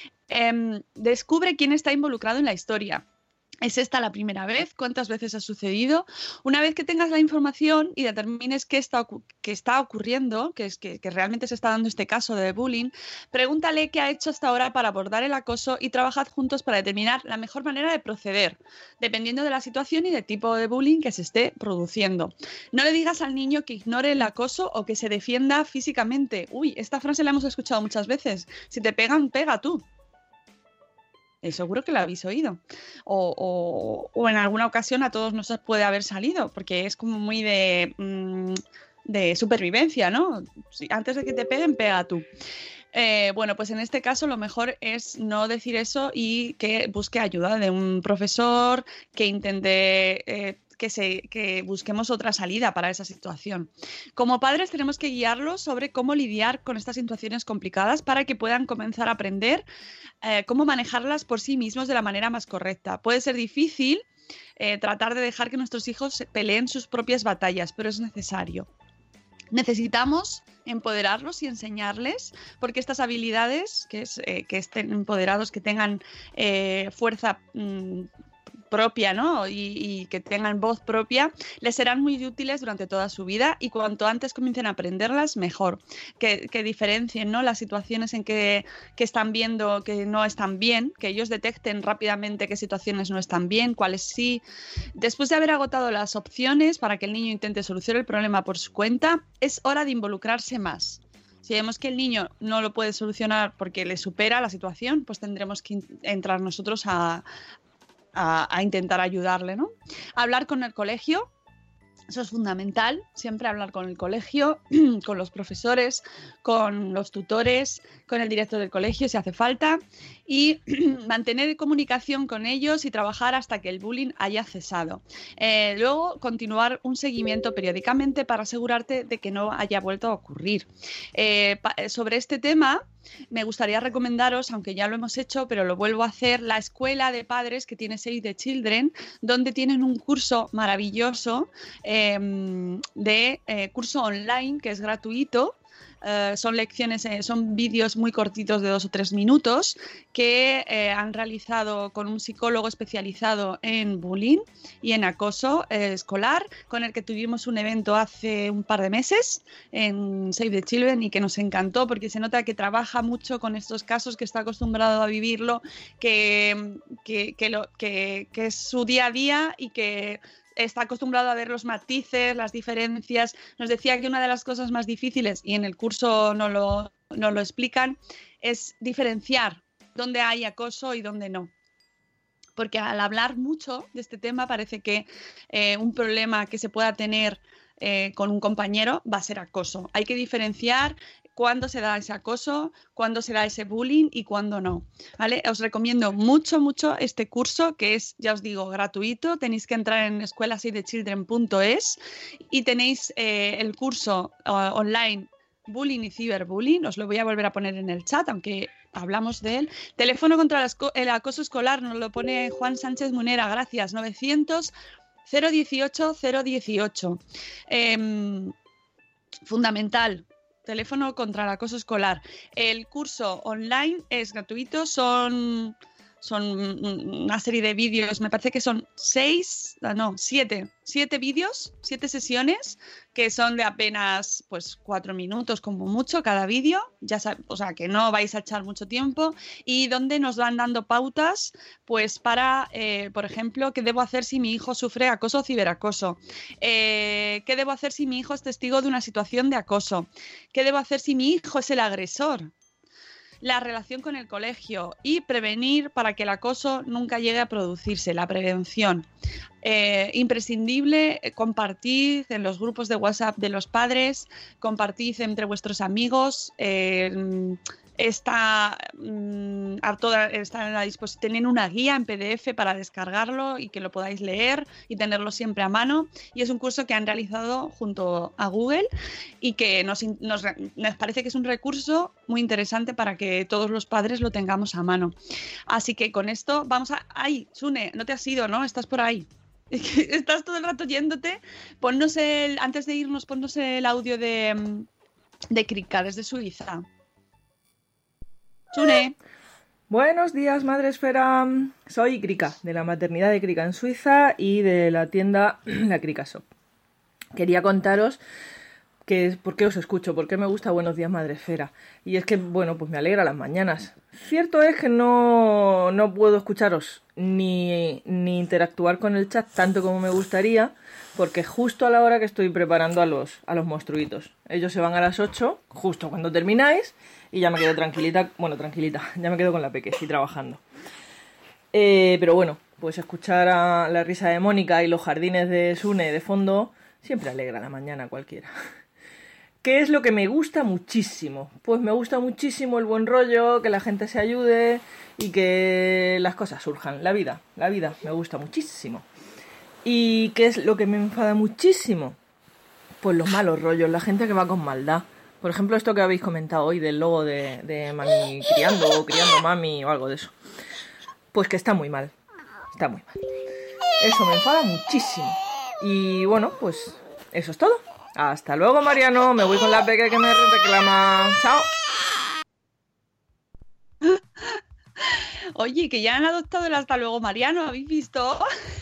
Eh, descubre quién está involucrado en la historia. ¿Es esta la primera vez? ¿Cuántas veces ha sucedido? Una vez que tengas la información y determines qué está, qué está ocurriendo, que es que, que realmente se está dando este caso de bullying, pregúntale qué ha hecho hasta ahora para abordar el acoso y trabajad juntos para determinar la mejor manera de proceder, dependiendo de la situación y del tipo de bullying que se esté produciendo. No le digas al niño que ignore el acoso o que se defienda físicamente. Uy, esta frase la hemos escuchado muchas veces. Si te pegan, pega tú. Eh, seguro que lo habéis oído. O, o, o en alguna ocasión a todos nos puede haber salido, porque es como muy de, mmm, de supervivencia, ¿no? Si, antes de que te peguen, pega tú. Eh, bueno, pues en este caso lo mejor es no decir eso y que busque ayuda de un profesor, que intente... Eh, Que, se, que busquemos otra salida para esa situación. Como padres tenemos que guiarlos sobre cómo lidiar con estas situaciones complicadas para que puedan comenzar a aprender eh, cómo manejarlas por sí mismos de la manera más correcta. Puede ser difícil eh, tratar de dejar que nuestros hijos peleen sus propias batallas, pero es necesario. Necesitamos empoderarlos y enseñarles, porque estas habilidades, que, es, eh, que estén empoderados, que tengan eh, fuerza mmm, propia, ¿no? Y, y que tengan voz propia, les serán muy útiles durante toda su vida, y cuanto antes comiencen a aprenderlas, mejor. Que, que diferencien, ¿no?, las situaciones en que, que están viendo que no están bien, que ellos detecten rápidamente qué situaciones no están bien, cuáles sí. Después de haber agotado las opciones para que el niño intente solucionar el problema por su cuenta, es hora de involucrarse más. Si vemos que el niño no lo puede solucionar porque le supera la situación, pues tendremos que entrar nosotros a A, a intentar ayudarle, ¿no? Hablar con el colegio, eso es fundamental, siempre hablar con el colegio, con los profesores, con los tutores, con el director del colegio si hace falta, y mantener comunicación con ellos y trabajar hasta que el bullying haya cesado. Eh, luego, continuar un seguimiento periódicamente para asegurarte de que no haya vuelto a ocurrir. Eh, sobre este tema, me gustaría recomendaros, aunque ya lo hemos hecho, pero lo vuelvo a hacer, la escuela de padres que tiene Save the Children, donde tienen un curso maravilloso eh, de eh, curso online que es gratuito. Uh, son lecciones, eh, son vídeos muy cortitos de dos o tres minutos que eh, han realizado con un psicólogo especializado en bullying y en acoso eh, escolar, con el que tuvimos un evento hace un par de meses en Save the Children y que nos encantó, porque se nota que trabaja mucho con estos casos, que está acostumbrado a vivirlo, que, que, que, lo, que, que es su día a día y que está acostumbrado a ver los matices, las diferencias. Nos decía que una de las cosas más difíciles, y en el curso no lo, no lo explican, es diferenciar dónde hay acoso y dónde no. Porque al hablar mucho de este tema parece que eh, un problema que se pueda tener eh, con un compañero va a ser acoso. Hay que diferenciar cuándo se da ese acoso, cuándo se da ese bullying y cuándo no, ¿vale? Os recomiendo mucho, mucho este curso, que es, ya os digo, gratuito. Tenéis que entrar en escuela save the children punto es y tenéis eh, el curso uh, online Bullying y Ciberbullying. Os lo voy a volver a poner en el chat, aunque hablamos de él. Teléfono contra el acoso escolar, nos lo pone Juan Sánchez Munera, gracias, novecientos cero dieciocho cero dieciocho. Eh, fundamental. Teléfono contra el acoso escolar. El curso online es gratuito, son, son una serie de vídeos, me parece que son seis, no, siete, siete vídeos, siete sesiones, que son de apenas pues cuatro minutos como mucho cada vídeo, ya sab- o sea que no vais a echar mucho tiempo, y donde nos van dando pautas pues para, eh, por ejemplo, qué debo hacer si mi hijo sufre acoso o ciberacoso, eh, qué debo hacer si mi hijo es testigo de una situación de acoso, qué debo hacer si mi hijo es el agresor, la relación con el colegio y prevenir para que el acoso nunca llegue a producirse, la prevención. Eh, imprescindible, eh, compartid en los grupos de WhatsApp de los padres, compartid entre vuestros amigos, eh, está, mm, a toda, está en la disposición, tienen una guía en P D F para descargarlo y que lo podáis leer y tenerlo siempre a mano, y es un curso que han realizado junto a Google y que nos, nos, nos parece que es un recurso muy interesante para que todos los padres lo tengamos a mano. Así que con esto vamos a... ¡Ay, Sune! No te has ido, ¿no? Estás por ahí. Estás todo el rato yéndote. Ponnos el... Antes de irnos, ponnos el audio de, de Krika desde Suiza. Sune. Buenos días, Madre Esfera. Soy Krika, de la maternidad de Krika en Suiza y de la tienda La Krika Shop. Quería contaros que por qué os escucho, por qué me gusta Buenos días, Madre Esfera. Y es que, bueno, pues me alegra las mañanas. Cierto es que no, no puedo escucharos ni, ni interactuar con el chat tanto como me gustaría, porque justo a la hora que estoy preparando a los, a los monstruitos. Ellos se van a las ocho, justo cuando termináis, y ya me quedo tranquilita, bueno, tranquilita, ya me quedo con la peque, estoy trabajando. Eh, pero bueno, pues escuchar a la risa de Mónica y los jardines de Sune de fondo siempre alegra la mañana a cualquiera. ¿Qué es lo que me gusta muchísimo? Pues me gusta muchísimo el buen rollo, que la gente se ayude y que las cosas surjan. La vida, la vida me gusta muchísimo. ¿Y qué es lo que me enfada muchísimo? Pues los malos rollos, la gente que va con maldad. Por ejemplo, esto que habéis comentado hoy del logo de, de Mami Criando o Criando Mami o algo de eso. Pues que está muy mal, está muy mal. Eso me enfada muchísimo. Y bueno, pues eso es todo. Hasta luego, Mariano. Me voy con la peque que me reclama. Chao. Oye, que ya han adoptado el hasta luego, Mariano. ¿Habéis visto?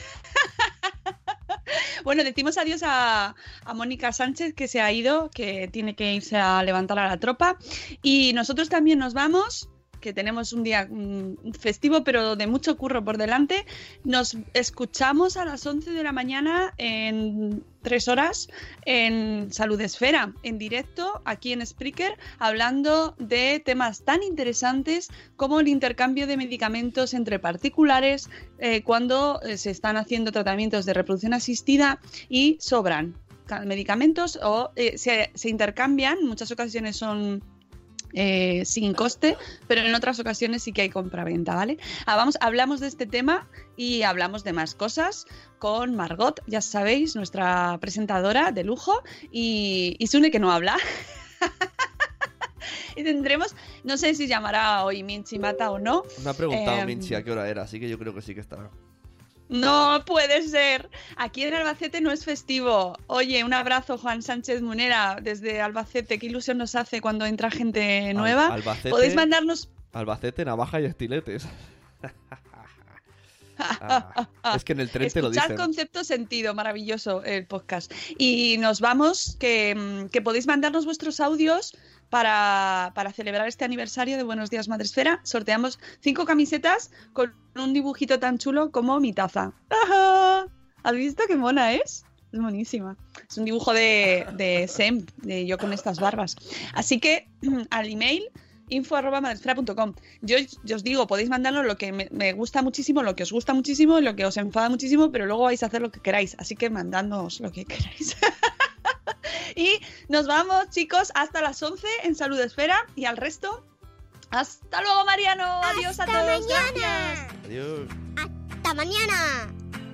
Bueno, decimos adiós a, a Mónica Sánchez, que se ha ido, que tiene que irse a levantar a la tropa. Y nosotros también nos vamos, que tenemos un día un festivo, pero de mucho curro por delante. Nos escuchamos a las once de la mañana en tres horas en Salud Esfera, en directo, aquí en Spreaker, hablando de temas tan interesantes como el intercambio de medicamentos entre particulares eh, cuando eh, se están haciendo tratamientos de reproducción asistida y sobran medicamentos o eh, se, se intercambian, en muchas ocasiones son Eh, sin coste, pero en otras ocasiones sí que hay compraventa, ¿vale? Ah, vamos, hablamos de este tema y hablamos de más cosas con Margot, ya sabéis, nuestra presentadora de lujo, y, y Sune, que no habla. Y tendremos, no sé si llamará hoy Minchi Mata o no. Me ha preguntado eh, Minchi a qué hora era, así que yo creo que sí que estará. No puede ser. Aquí en Albacete no es festivo. Oye, un abrazo, Juan Sánchez Munera, desde Albacete. Qué ilusión nos hace cuando entra gente nueva. Al, Albacete, Podéis mandarnos... Albacete, navaja y estiletes. Ah, es que en el tren te lo dicen. Escuchar concepto sentido, maravilloso el podcast. Y nos vamos, que, que podéis mandarnos vuestros audios para, para celebrar este aniversario de Buenos Días Madresfera. Sorteamos cinco camisetas con un dibujito tan chulo como mi taza. ¡Ajá! ¿Has visto qué mona es? Es monísima. Es un dibujo de, de Sem, de yo con estas barbas. Así que al email info arroba madresfera punto com. Yo, yo os digo, podéis mandarnos lo que me, me gusta muchísimo, lo que os gusta muchísimo, lo que os enfada muchísimo, pero luego vais a hacer lo que queráis. Así que mandadnos lo que queráis. Y nos vamos, chicos, hasta las once en Salud Esfera y al resto, hasta luego, Mariano. Adiós hasta a todos. Mañana. Gracias. Adiós. Hasta mañana.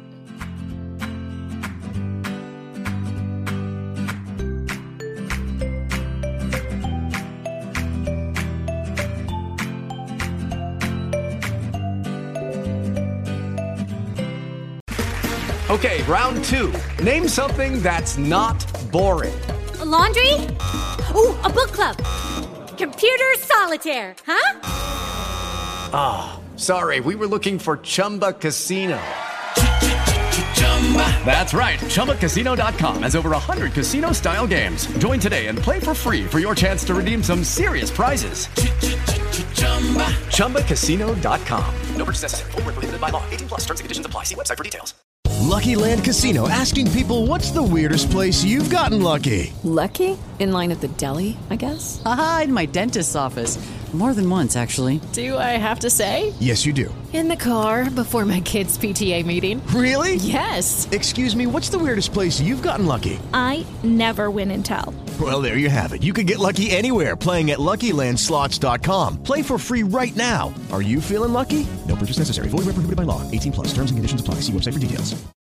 Okay, round two. Name something that's not boring. A laundry? Ooh, a book club. Computer solitaire, huh? Ah, oh, sorry, we were looking for Chumba Casino. That's right, Chumba Casino dot com has over one hundred casino-style games. Join today and play for free for your chance to redeem some serious prizes. Chumba Casino dot com. No purchase necessary. Void where prohibited by law. eighteen plus terms and conditions apply. See website for details. Lucky Land Casino, asking people, what's the weirdest place you've gotten lucky? Lucky? In line at the deli, I guess? Aha, in my dentist's office. More than once, actually. Do I have to say? Yes, you do. In the car before my kids' P T A meeting. Really? Yes. Excuse me, what's the weirdest place you've gotten lucky? I never win and tell. Well, there you have it. You can get lucky anywhere, playing at Lucky Land Slots dot com. Play for free right now. Are you feeling lucky? No purchase necessary. Void where prohibited by law. eighteen plus. Terms and conditions apply. See website for details.